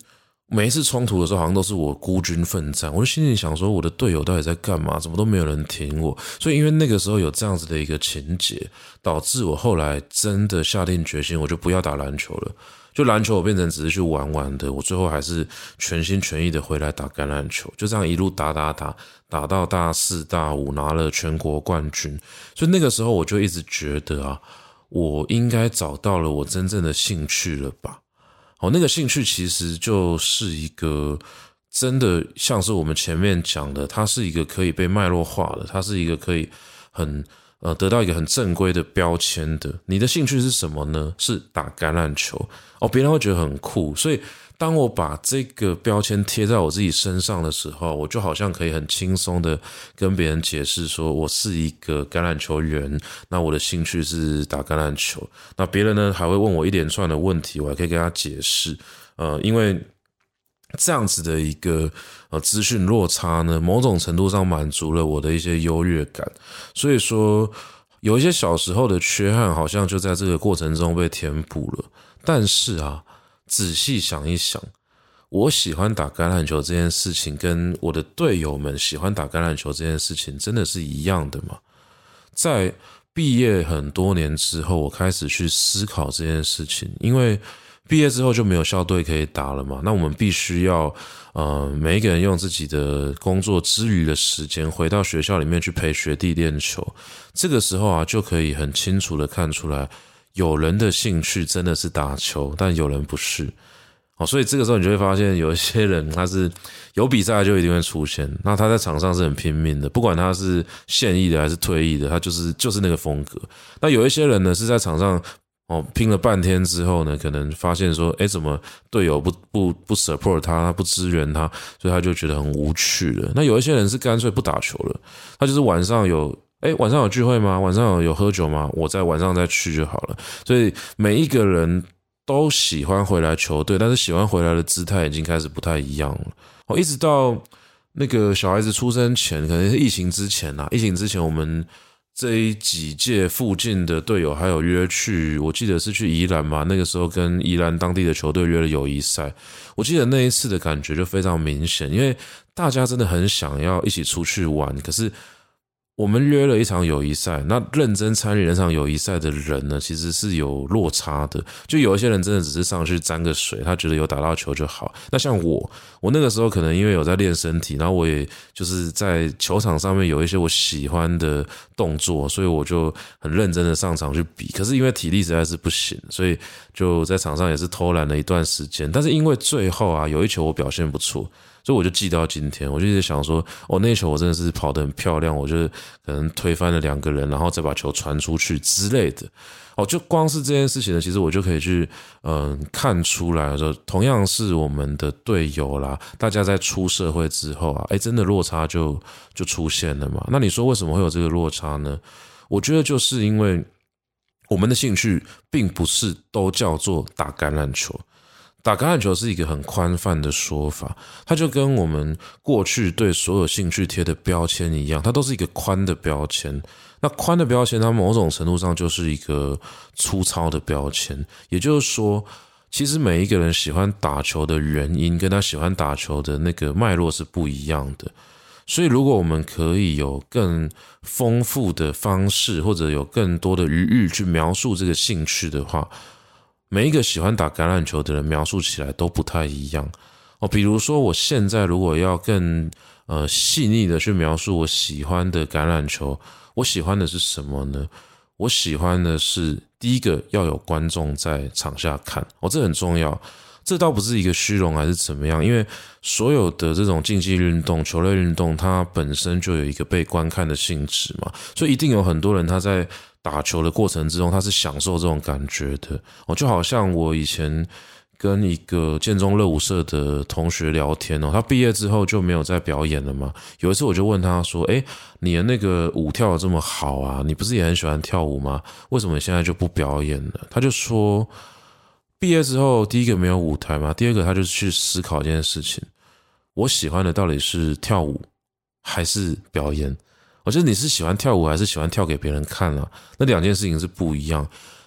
每一次冲突的时候，好像都是我孤军奋战，我就心里想说，我的队友到底在干嘛？怎么都没有人挺我？所以因为那个时候有这样子的一个情节，导致我后来真的下定决心，我就不要打篮球了。就篮球我变成只是去玩玩的，我最后还是全心全意的回来打橄榄球，就这样一路打打打，打到大四大五拿了全国冠军。所以那个时候我就一直觉得啊，我应该找到了我真正的兴趣了吧。好，那个兴趣其实就是一个真的像是我们前面讲的，它是一个可以被脉络化的，它是一个可以很呃得到一个很正规的标签的。你的兴趣是什么呢？是打橄榄球哦，别人会觉得很酷。所以当我把这个标签贴在我自己身上的时候，我就好像可以很轻松的跟别人解释说，我是一个橄榄球员，那我的兴趣是打橄榄球。那别人呢还会问我一连串的问题，我还可以跟他解释。呃，因为这样子的一个呃资讯落差呢，某种程度上满足了我的一些优越感。所以说，有一些小时候的缺憾，好像就在这个过程中被填补了。但是啊，仔细想一想，我喜欢打橄榄球这件事情，跟我的队友们喜欢打橄榄球这件事情，真的是一样的吗？在毕业很多年之后，我开始去思考这件事情，因为毕业之后就没有校队可以打了嘛，那我们必须要呃每一个人用自己的工作之余的时间回到学校里面去陪学弟练球。这个时候啊，就可以很清楚的看出来，有人的兴趣真的是打球，但有人不是。好，所以这个时候你就会发现，有一些人他是有比赛就一定会出现，那他在场上是很拼命的，不管他是现役的还是退役的，他就是就是那个风格。那有一些人呢是在场上哦拼了半天之后呢，可能发现说，哎，怎么队友不不不 support 他，他不支援他，所以他就觉得很无趣了。那有一些人是干脆不打球了，他就是晚上有。哎，晚上有聚会吗？晚上有有喝酒吗？我在晚上再去就好了。所以每一个人都喜欢回来球队，但是喜欢回来的姿态已经开始不太一样了。哦，一直到那个小孩子出生前，可能是疫情之前啊，疫情之前我们这一几届附近的队友还有约去，我记得是去宜兰嘛，那个时候跟宜兰当地的球队约了友谊赛。我记得那一次的感觉就非常明显，因为大家真的很想要一起出去玩，可是我们约了一场友谊赛，那认真参与那场友谊赛的人呢，其实是有落差的。就有一些人真的只是上去沾个水，他觉得有打到球就好。那像我，我那个时候可能因为有在练身体，然后我也就是在球场上面有一些我喜欢的动作，所以我就很认真的上场去比。可是因为体力实在是不行，所以就在场上也是偷懒了一段时间。但是因为最后啊，有一球我表现不错，所以我就记到今天，我就一直想说，哦，那一球我真的是跑得很漂亮，我就可能推翻了两个人，然后再把球传出去之类的。哦，就光是这件事情呢，其实我就可以去嗯、呃、看出来说，同样是我们的队友啦，大家在出社会之后啊，哎，真的落差就就出现了嘛。那你说为什么会有这个落差呢？我觉得就是因为我们的兴趣并不是都叫做打橄榄球。打橄榄球是一个很宽泛的说法，它就跟我们过去对所有兴趣贴的标签一样，它都是一个宽的标签。那宽的标签，它某种程度上就是一个粗糙的标签。也就是说，其实每一个人喜欢打球的原因，跟他喜欢打球的那个脉络是不一样的。所以，如果我们可以有更丰富的方式，或者有更多的余裕去描述这个兴趣的话，每一个喜欢打橄榄球的人描述起来都不太一样哦。比如说，我现在如果要更呃细腻的去描述我喜欢的橄榄球，我喜欢的是什么呢？我喜欢的是第一个要有观众在场下看哦，这很重要。这倒不是一个虚荣还是怎么样，因为所有的这种竞技运动、球类运动，它本身就有一个被观看的性质嘛，所以一定有很多人他在打球的过程之中，他是享受这种感觉的哦。就好像我以前跟一个建中热舞社的同学聊天哦，他毕业之后就没有再表演了嘛。有一次我就问他说：“哎，你的那个舞跳得这么好啊，你不是也很喜欢跳舞吗？为什么你现在就不表演了？”他就说，毕业之后，第一个没有舞台嘛，第二个他就去思考一件事情：我喜欢的到底是跳舞还是表演？我觉得你是喜欢跳舞还是喜欢跳给别人看啊？那两件事情是不一样。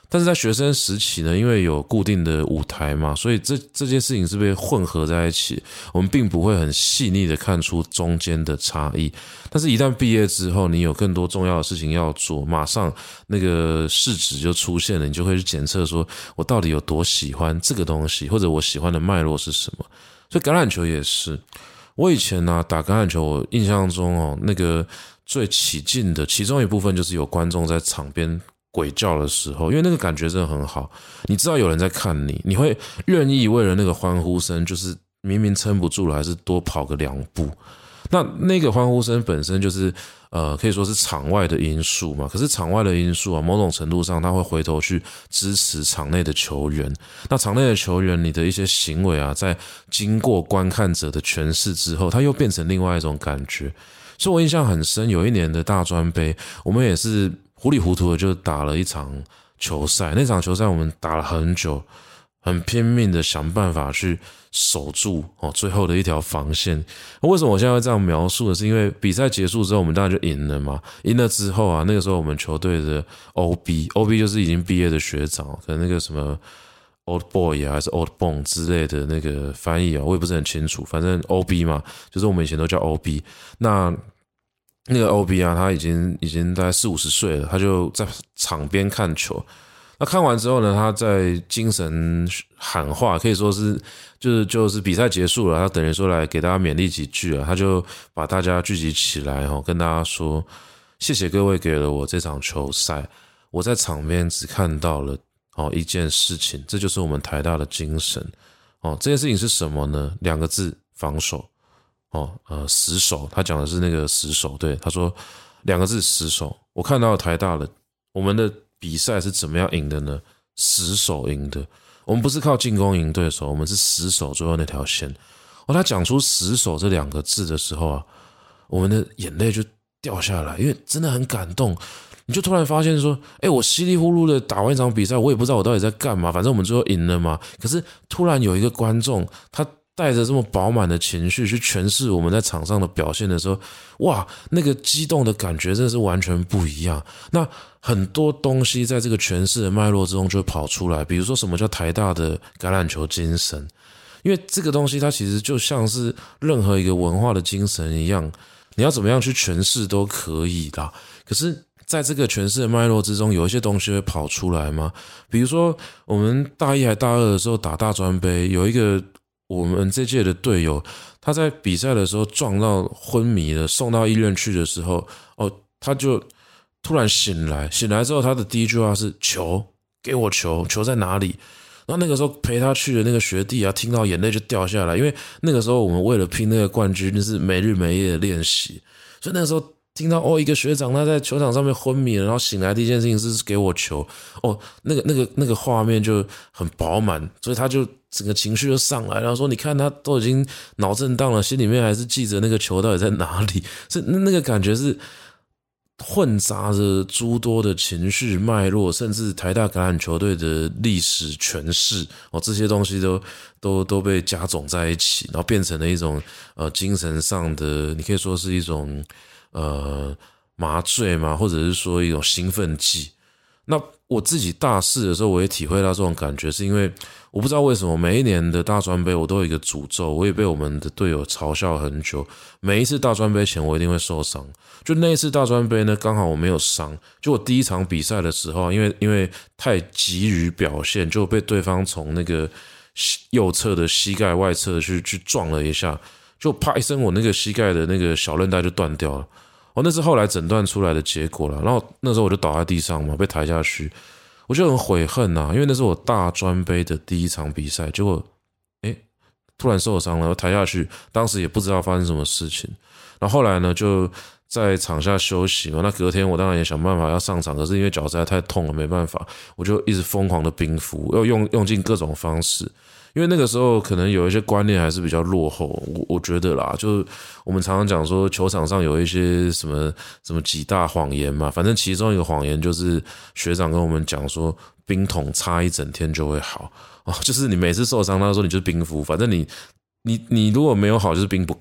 但是在学生时期呢，因为有固定的舞台嘛，所以这这件事情是被混合在一起，我们并不会很细腻的看出中间的差异。但是一旦毕业之后，你有更多重要的事情要做，马上那个试纸就出现了，你就会去检测说我到底有多喜欢这个东西，或者我喜欢的脉络是什么。所以橄榄球也是，我以前啊打橄榄球，我印象中哦，那个最起劲的其中一部分就是有观众在场边鬼叫的时候，因为那个感觉真的很好，你知道有人在看你，你会愿意为了那个欢呼声，就是明明撑不住了，还是多跑个两步。那那个欢呼声本身就是呃，可以说是场外的因素嘛。可是场外的因素啊，某种程度上他会回头去支持场内的球员。那场内的球员，你的一些行为啊，在经过观看者的诠释之后，它又变成另外一种感觉。所以我印象很深，有一年的大专杯，我们也是糊里糊涂的就打了一场球赛。那场球赛我们打了很久，很拼命的想办法去守住哦最后的一条防线。为什么我现在会这样描述呢？是因为比赛结束之后，我们当然就赢了嘛。赢了之后啊，那个时候我们球队的 O B，O B 就是已经毕业的学长，可能那个什么 Old Boy 啊，还是 Old Bone 之类的那个翻译啊，我也不是很清楚。反正 O B 嘛，就是我们以前都叫 O B。那那个 O B 啊，他已经已经大概四五十岁了，他就在场边看球。那看完之后呢，他在精神喊话，可以说是就是就是比赛结束了，他等于说来给大家勉励几句啊，他就把大家聚集起来哦，跟大家说谢谢各位给了我这场球赛，我在场边只看到了哦一件事情，这就是我们台大的精神哦。这件事情是什么呢？两个字，防守哦，呃，死守。他讲的是那个死守，对，他说两个字，死守。我看到台大了，我们的比赛是怎么样赢的呢？死守赢的。我们不是靠进攻赢对手，我们是死守最后那条线。哦，他讲出死守这两个字的时候啊，我们的眼泪就掉下来，因为真的很感动。你就突然发现说，哎，我稀里糊涂的打完一场比赛，我也不知道我到底在干嘛，反正我们最后赢了嘛。可是突然有一个观众，他带着这么饱满的情绪去诠释我们在场上的表现的时候，哇，那个激动的感觉真的是完全不一样。那很多东西在这个诠释的脉络之中就会跑出来，比如说什么叫台大的橄榄球精神，因为这个东西它其实就像是任何一个文化的精神一样，你要怎么样去诠释都可以啦。可是在这个诠释的脉络之中，有一些东西会跑出来吗？比如说我们大一还大二的时候打大专杯，有一个我们这届的队友，他在比赛的时候撞到昏迷了，送到医院去的时候，哦，他就突然醒来，醒来之后他的第一句话是球，给我球，球在哪里？然后那个时候陪他去的那个学弟啊，听到眼泪就掉下来，因为那个时候我们为了拼那个冠军，就是没日没夜的练习，所以那个时候听到哦，一个学长他在球场上面昏迷了，然后醒来第一件事情是给我球，哦，那个那个那个画面就很饱满，所以他就整个情绪就上来，然后说你看他都已经脑震荡了，心里面还是记着那个球到底在哪里，所以那个感觉是混杂着诸多的情绪脉络，甚至台大橄榄球队的历史诠释哦，这些东西都都都被加总在一起，然后变成了一种呃精神上的，你可以说是一种呃麻醉嘛，或者是说一种兴奋剂。那我自己大四的时候，我也体会到这种感觉，是因为我不知道为什么每一年的大专杯我都有一个诅咒，我也被我们的队友嘲笑很久。每一次大专杯前我一定会受伤，就那一次大专杯呢，刚好我没有伤。就我第一场比赛的时候，因为因为太急于表现，就被对方从那个右侧的膝盖外侧去去撞了一下，就啪一声，我那个膝盖的那个小韧带就断掉了。哦，那是后来诊断出来的结果了。然后那时候我就倒在地上嘛，被抬下去，我就很悔恨啊，因为那是我大专杯的第一场比赛，结果，诶，突然受伤了，抬下去，当时也不知道发生什么事情。然后后来呢，就在场下休息嘛。那隔天我当然也想办法要上场，可是因为脚实在太痛了，没办法，我就一直疯狂的冰敷，要用用尽各种方式。因为那个时候可能有一些观念还是比较落后，我我觉得啦，就是我们常常讲说球场上有一些什么什么几大谎言嘛，反正其中一个谎言就是学长跟我们讲说冰桶擦一整天就会好哦，就是你每次受伤，他说你就是冰敷，反正你你你如果没有好就是冰不够，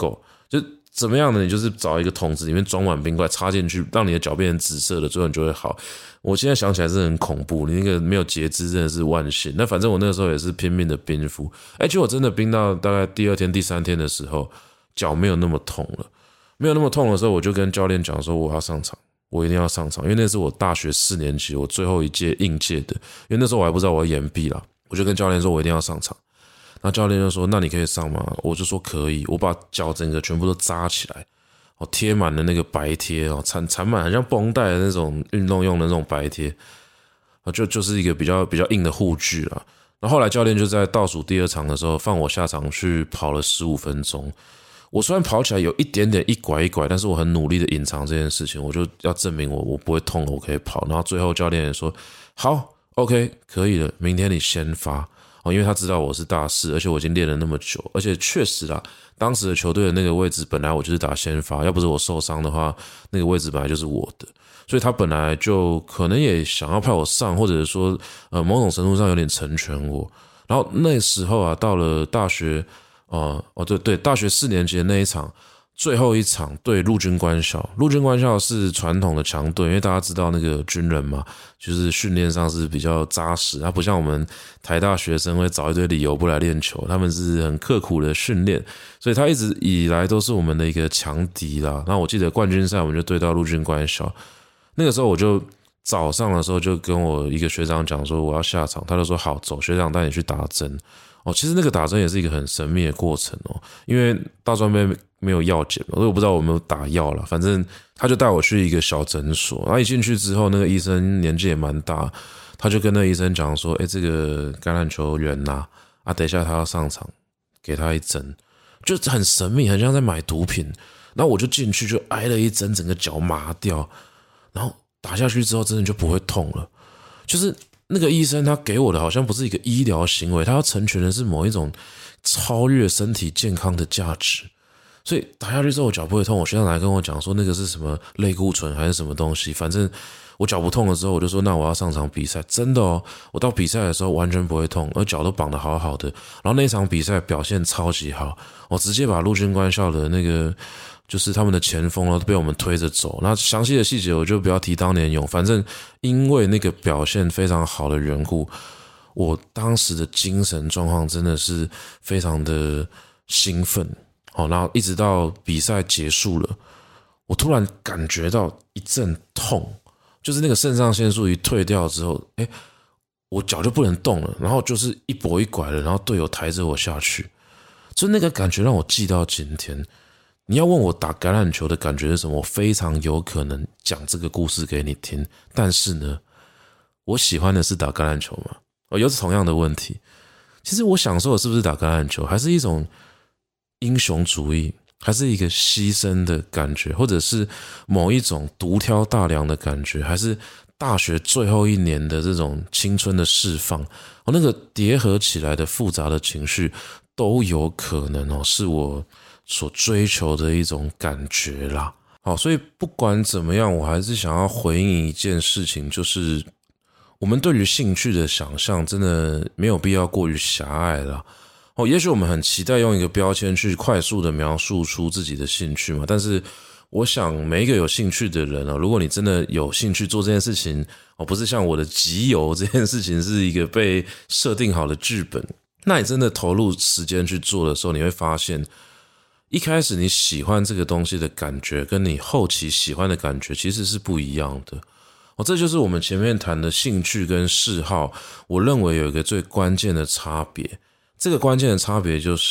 就怎么样呢？你就是找一个桶子里面装满冰块，插进去，让你的脚变成紫色的，最后你就会好。我现在想起来是很恐怖，你那个没有截肢真的是万幸。那反正我那个时候也是拼命的冰敷，哎，结果我真的冰到大概第二天、第三天的时候，脚没有那么痛了。没有那么痛的时候，我就跟教练讲说我要上场，我一定要上场，因为那是我大学四年级我最后一届应届的，因为那时候我还不知道我要延毕啦，我就跟教练说我一定要上场。那教练就说那你可以上吗？我就说可以，我把脚整个全部都扎起来，哦，贴满了那个白贴哦，缠缠满很像绷带的那种运动用的那种白贴，就就是一个比较比较硬的护具啦。然后后来教练就在倒数第二场的时候放我下场去跑了十五分钟。我虽然跑起来有一点点一拐一拐，但是我很努力的隐藏这件事情，我就要证明我我不会痛了，我可以跑。然后最后教练也说好 OK 可以了，明天你先发哦，因为他知道我是大四，而且我已经练了那么久，而且确实啦，当时的球队的那个位置本来我就是打先发，要不是我受伤的话，那个位置本来就是我的，所以他本来就可能也想要派我上，或者说呃某种程度上有点成全我。然后那时候啊，到了大学。哦哦对对，大学四年级的那一场，最后一场对陆军官校，陆军官校是传统的强队，因为大家知道那个军人嘛，就是训练上是比较扎实，他不像我们台大学生会找一堆理由不来练球，他们是很刻苦的训练，所以他一直以来都是我们的一个强敌啦。那我记得冠军赛我们就对到陆军官校，那个时候我就早上的时候就跟我一个学长讲说我要下场，他就说好，走，学长带你去打针。哦，其实那个打针也是一个很神秘的过程哦，因为大专杯没有药检嘛，所以我不知道我有没有打药啦，反正他就带我去一个小诊所，然后一进去之后，那个医生年纪也蛮大，他就跟那个医生讲说，哎，这个橄榄球员呐，啊，等一下他要上场，给他一针，就很神秘，很像在买毒品。然后我就进去就挨了一针，整个脚麻掉，然后打下去之后真的就不会痛了，就是那个医生他给我的好像不是一个医疗行为，他要成全的是某一种超越身体健康的价值。所以打下去之后我脚不会痛，我学长来跟我讲说那个是什么类固醇还是什么东西，反正我脚不痛了之后我就说那我要上场比赛，真的哦，我到比赛的时候完全不会痛，而脚都绑得好好的，然后那场比赛表现超级好，我直接把陆军官校的那个就是他们的前锋都被我们推着走，那详细的细节我就不要提当年勇，反正因为那个表现非常好的缘故，我当时的精神状况真的是非常的兴奋，好，然后一直到比赛结束了，我突然感觉到一阵痛，就是那个肾上腺素一退掉之后，诶，我脚就不能动了，然后就是一跛一拐了，然后队友抬着我下去，就那个感觉让我记到今天。你要问我打橄榄球的感觉是什么，我非常有可能讲这个故事给你听，但是呢，我喜欢的是打橄榄球吗？哦，又是同样的问题。其实我享受的是不是打橄榄球，还是一种英雄主义，还是一个牺牲的感觉，或者是某一种独挑大梁的感觉，还是大学最后一年的这种青春的释放，哦，那个叠合起来的复杂的情绪都有可能哦，是我所追求的一种感觉啦。好，所以不管怎么样，我还是想要回应一件事情，就是我们对于兴趣的想象真的没有必要过于狭隘啦。哦，也许我们很期待用一个标签去快速的描述出自己的兴趣嘛，但是我想每一个有兴趣的人啊，如果你真的有兴趣做这件事情，哦，不是像我的集邮这件事情是一个被设定好的剧本，那你真的投入时间去做的时候，你会发现一开始你喜欢这个东西的感觉跟你后期喜欢的感觉其实是不一样的。哦，这就是我们前面谈的兴趣跟嗜好，我认为有一个最关键的差别。这个关键的差别就是，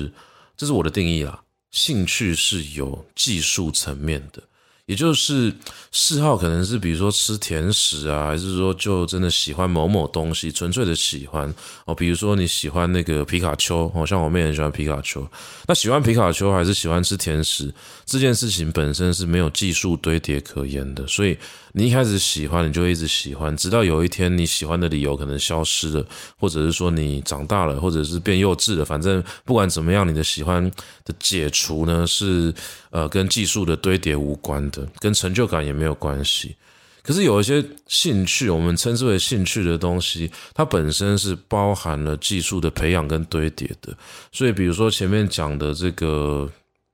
这是我的定义啦，兴趣是有技术层面的。也就是嗜好可能是比如说吃甜食啊，还是说就真的喜欢某某东西，纯粹的喜欢哦。比如说你喜欢那个皮卡丘，哦，像我妹很喜欢皮卡丘。那喜欢皮卡丘还是喜欢吃甜食，这件事情本身是没有技术堆叠可言的。所以你一开始喜欢，你就一直喜欢，直到有一天你喜欢的理由可能消失了，或者是说你长大了，或者是变幼稚了。反正不管怎么样，你的喜欢的解除呢是呃跟技术的堆叠无关的。跟成就感也没有关系，可是有一些兴趣，我们称之为兴趣的东西，它本身是包含了技术的培养跟堆叠的。所以比如说前面讲的这个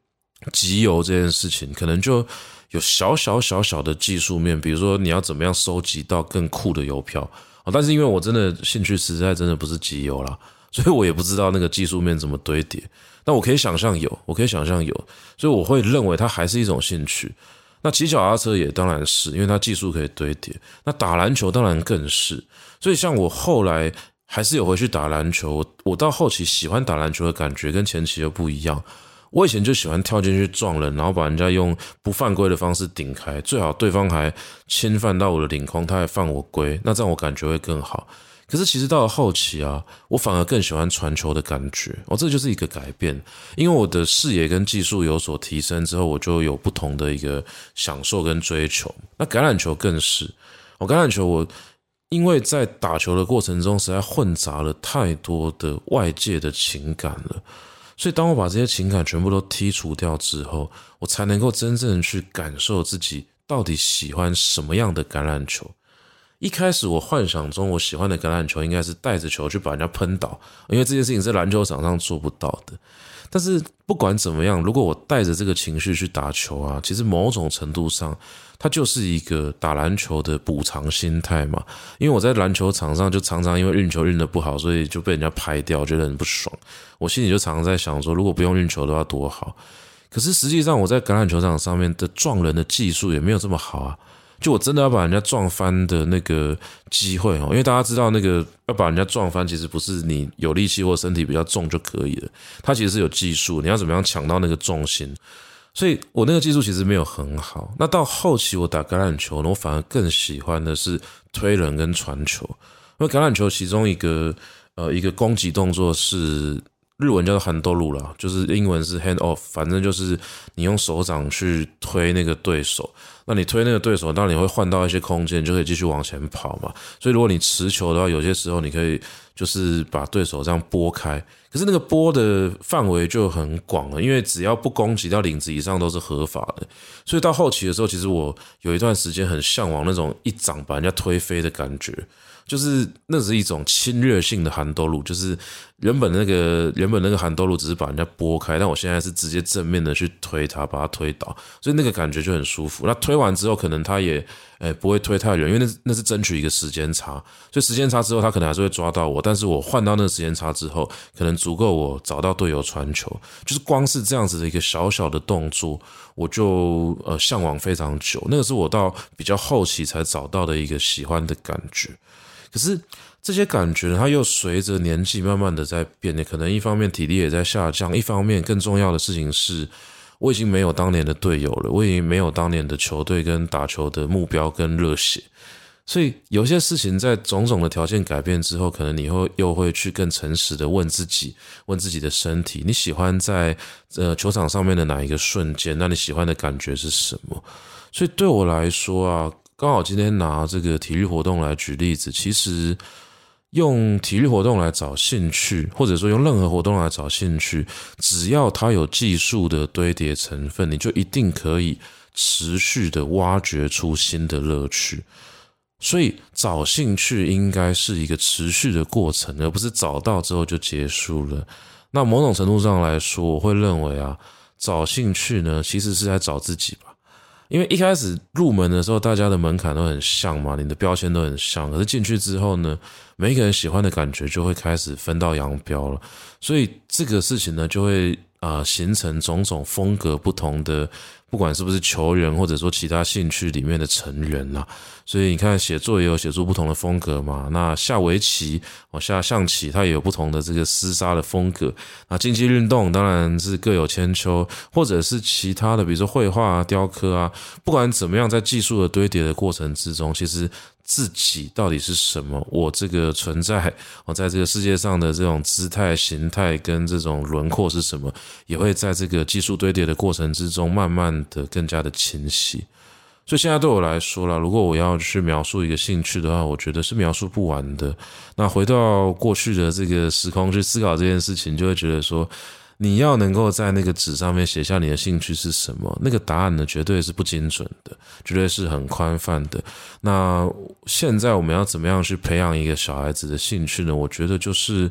集邮这件事情，可能就有小小小小的技术面，比如说你要怎么样收集到更酷的邮票。但是因为我真的兴趣实在真的不是集邮啦，所以我也不知道那个技术面怎么堆叠。但我可以想象有，我可以想象有，所以我会认为它还是一种兴趣。那骑脚踏车也当然是，因为它技术可以堆叠。那打篮球当然更是。所以像我后来还是有回去打篮球，我到后期喜欢打篮球的感觉跟前期又不一样。我以前就喜欢跳进去撞人，然后把人家用不犯规的方式顶开，最好对方还侵犯到我的领空，他还犯我规，那这样我感觉会更好。可是其实到了后期啊，我反而更喜欢传球的感觉，哦，这就是一个改变。因为我的视野跟技术有所提升之后，我就有不同的一个享受跟追求。那橄榄球更是，哦，橄榄球我因为在打球的过程中实在混杂了太多的外界的情感了。所以当我把这些情感全部都剔除掉之后，我才能够真正去感受自己到底喜欢什么样的橄榄球。一开始我幻想中我喜欢的橄榄球应该是带着球去把人家喷倒，因为这件事情是篮球场上做不到的。但是不管怎么样，如果我带着这个情绪去打球啊，其实某种程度上它就是一个打篮球的补偿心态嘛。因为我在篮球场上就常常因为运球运得不好，所以就被人家拍掉，觉得很不爽。我心里就常常在想说，如果不用运球的话多好。可是实际上我在橄榄球场上面的撞人的技术也没有这么好啊。就我真的要把人家撞翻的那个机会，因为大家知道那个要把人家撞翻其实不是你有力气或身体比较重就可以了，它其实是有技术，你要怎么样抢到那个重心。所以我那个技术其实没有很好。那到后期我打橄榄球呢，我反而更喜欢的是推人跟传球。因为橄榄球其中一个呃一个攻击动作是日文叫做handle路啦，就是英文是 hand off， 反正就是你用手掌去推那个对手。那你推那个对手，当然你会换到一些空间，你就可以继续往前跑嘛。所以如果你持球的话，有些时候你可以就是把对手这样拨开。可是那个拨的范围就很广了，因为只要不攻击到领子以上都是合法的。所以到后期的时候，其实我有一段时间很向往那种一掌把人家推飞的感觉。就是那是一种侵略性的handle路，就是原本那个原本那个handle路只是把人家拨开，但我现在是直接正面的去推他，把他推倒，所以那个感觉就很舒服。那推完之后，可能他也诶不会推太远，因为那那是争取一个时间差，所以时间差之后他可能还是会抓到我，但是我换到那个时间差之后，可能足够我找到队友传球。就是光是这样子的一个小小的动作，我就呃向往非常久。那个是我到比较后期才找到的一个喜欢的感觉。可是这些感觉呢，它又随着年纪慢慢的在变，可能一方面体力也在下降，一方面更重要的事情是，我已经没有当年的队友了，我已经没有当年的球队跟打球的目标跟热血，所以有些事情在种种的条件改变之后，可能你会又会去更诚实的问自己，问自己的身体，你喜欢在呃球场上面的哪一个瞬间？那你喜欢的感觉是什么？所以对我来说啊，刚好今天拿这个体育活动来举例子，其实用体育活动来找兴趣，或者说用任何活动来找兴趣，只要它有技术的堆叠成分，你就一定可以持续的挖掘出新的乐趣。所以找兴趣应该是一个持续的过程，而不是找到之后就结束了。那某种程度上来说，我会认为啊，找兴趣呢，其实是在找自己吧。因为一开始入门的时候，大家的门槛都很像嘛，你的标签都很像。可是进去之后呢，每一个人喜欢的感觉就会开始分道扬镳了。所以这个事情呢，就会啊、呃、形成种种风格不同的，不管是不是球员或者说其他兴趣里面的成员啦。所以你看，写作也有写出不同的风格嘛。那下围棋、下象棋，它也有不同的这个厮杀的风格。那竞技运动当然是各有千秋，或者是其他的，比如说绘画啊、雕刻啊，不管怎么样，在技术的堆叠的过程之中，其实自己到底是什么，我这个存在我在这个世界上的这种姿态、形态跟这种轮廓是什么，也会在这个技术堆叠的过程之中，慢慢的更加的清晰。所以现在对我来说啦，如果我要去描述一个兴趣的话，我觉得是描述不完的。那回到过去的这个时空去思考这件事情，就会觉得说，你要能够在那个纸上面写下你的兴趣是什么，那个答案呢，绝对是不精准的，绝对是很宽泛的。那现在我们要怎么样去培养一个小孩子的兴趣呢？我觉得就是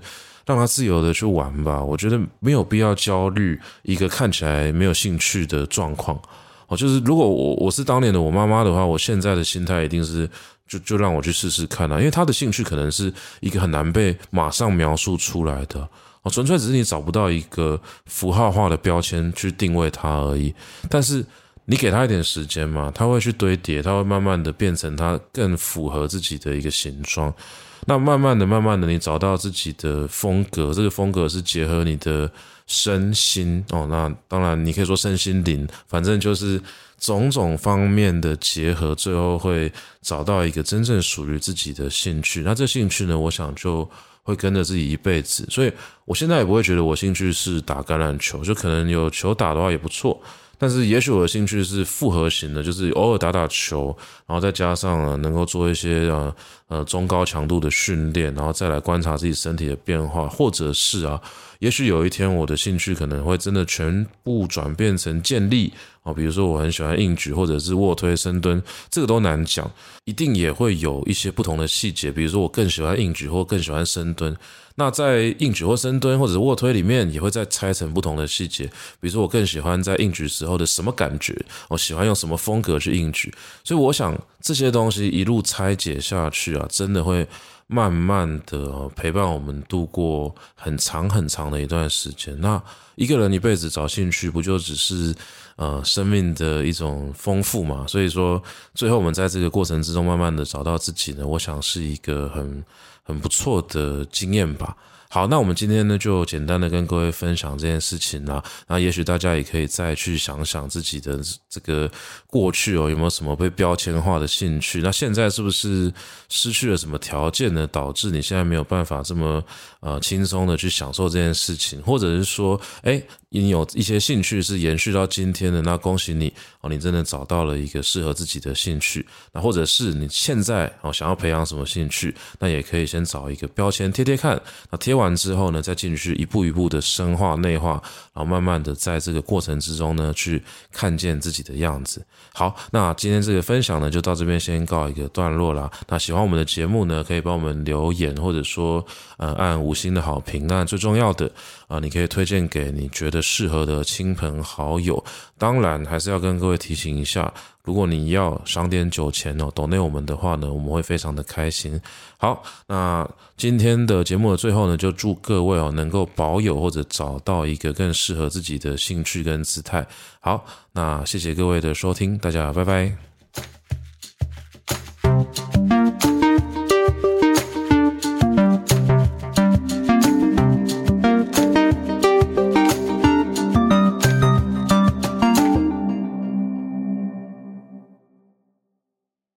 让他自由的去玩吧。我觉得没有必要焦虑一个看起来没有兴趣的状况。哦，就是如果我我是当年的我妈妈的话，我现在的心态一定是就就让我去试试看啊，因为她的兴趣可能是一个很难被马上描述出来的。哦，纯粹只是你找不到一个符号化的标签去定位它而已。但是你给他一点时间嘛，他会去堆叠，他会慢慢的变成他更符合自己的一个形状。那慢慢的、慢慢的，你找到自己的风格，这个风格是结合你的身心哦。那当然，你可以说身心灵，反正就是种种方面的结合，最后会找到一个真正属于自己的兴趣。那这兴趣呢，我想就会跟着自己一辈子。所以我现在也不会觉得我兴趣是打橄榄球，就可能有球打的话也不错。但是也许我的兴趣是复合型的，就是偶尔打打球，然后再加上能够做一些呃呃中高强度的训练，然后再来观察自己身体的变化，或者是啊，也许有一天我的兴趣可能会真的全部转变成健力啊，比如说我很喜欢硬举或者是卧推深蹲，这个都难讲，一定也会有一些不同的细节，比如说我更喜欢硬举或更喜欢深蹲。那在硬举或深蹲或者卧推里面也会再拆成不同的细节，比如说我更喜欢在硬举时候的什么感觉，我喜欢用什么风格去硬举，所以我想这些东西一路拆解下去啊，真的会慢慢的陪伴我们度过很长很长的一段时间。那一个人一辈子找兴趣不就只是呃生命的一种丰富嘛？所以说最后我们在这个过程之中慢慢的找到自己呢，我想是一个很很不错的经验吧。好，那我们今天呢就简单的跟各位分享这件事情啦。那也许大家也可以再去想想自己的这个过去哦，有没有什么被标签化的兴趣？那现在是不是失去了什么条件呢，导致你现在没有办法这么呃轻松的去享受这件事情？或者是说，哎，你有一些兴趣是延续到今天的，那恭喜你哦，你真的找到了一个适合自己的兴趣。那或者是你现在哦想要培养什么兴趣，那也可以先找一个标签贴贴看。那贴完之后呢，再进去一步一步的深化内化，然后慢慢的在这个过程之中呢，去看见自己的样子。好，那今天这个分享呢，就到这边先告一个段落啦。那喜欢我们的节目呢，可以帮我们留言，或者说呃按五星的好评。那最重要的啊、呃，你可以推荐给你觉得适合的亲朋好友。当然还是要跟各位提醒一下，如果你要赏点酒钱哦，donate我们的话呢，我们会非常的开心。好，那今天的节目的最后呢，就祝各位哦能够保有或者找到一个更适合自己的兴趣跟姿态。好，那谢谢各位的收听，大家拜拜。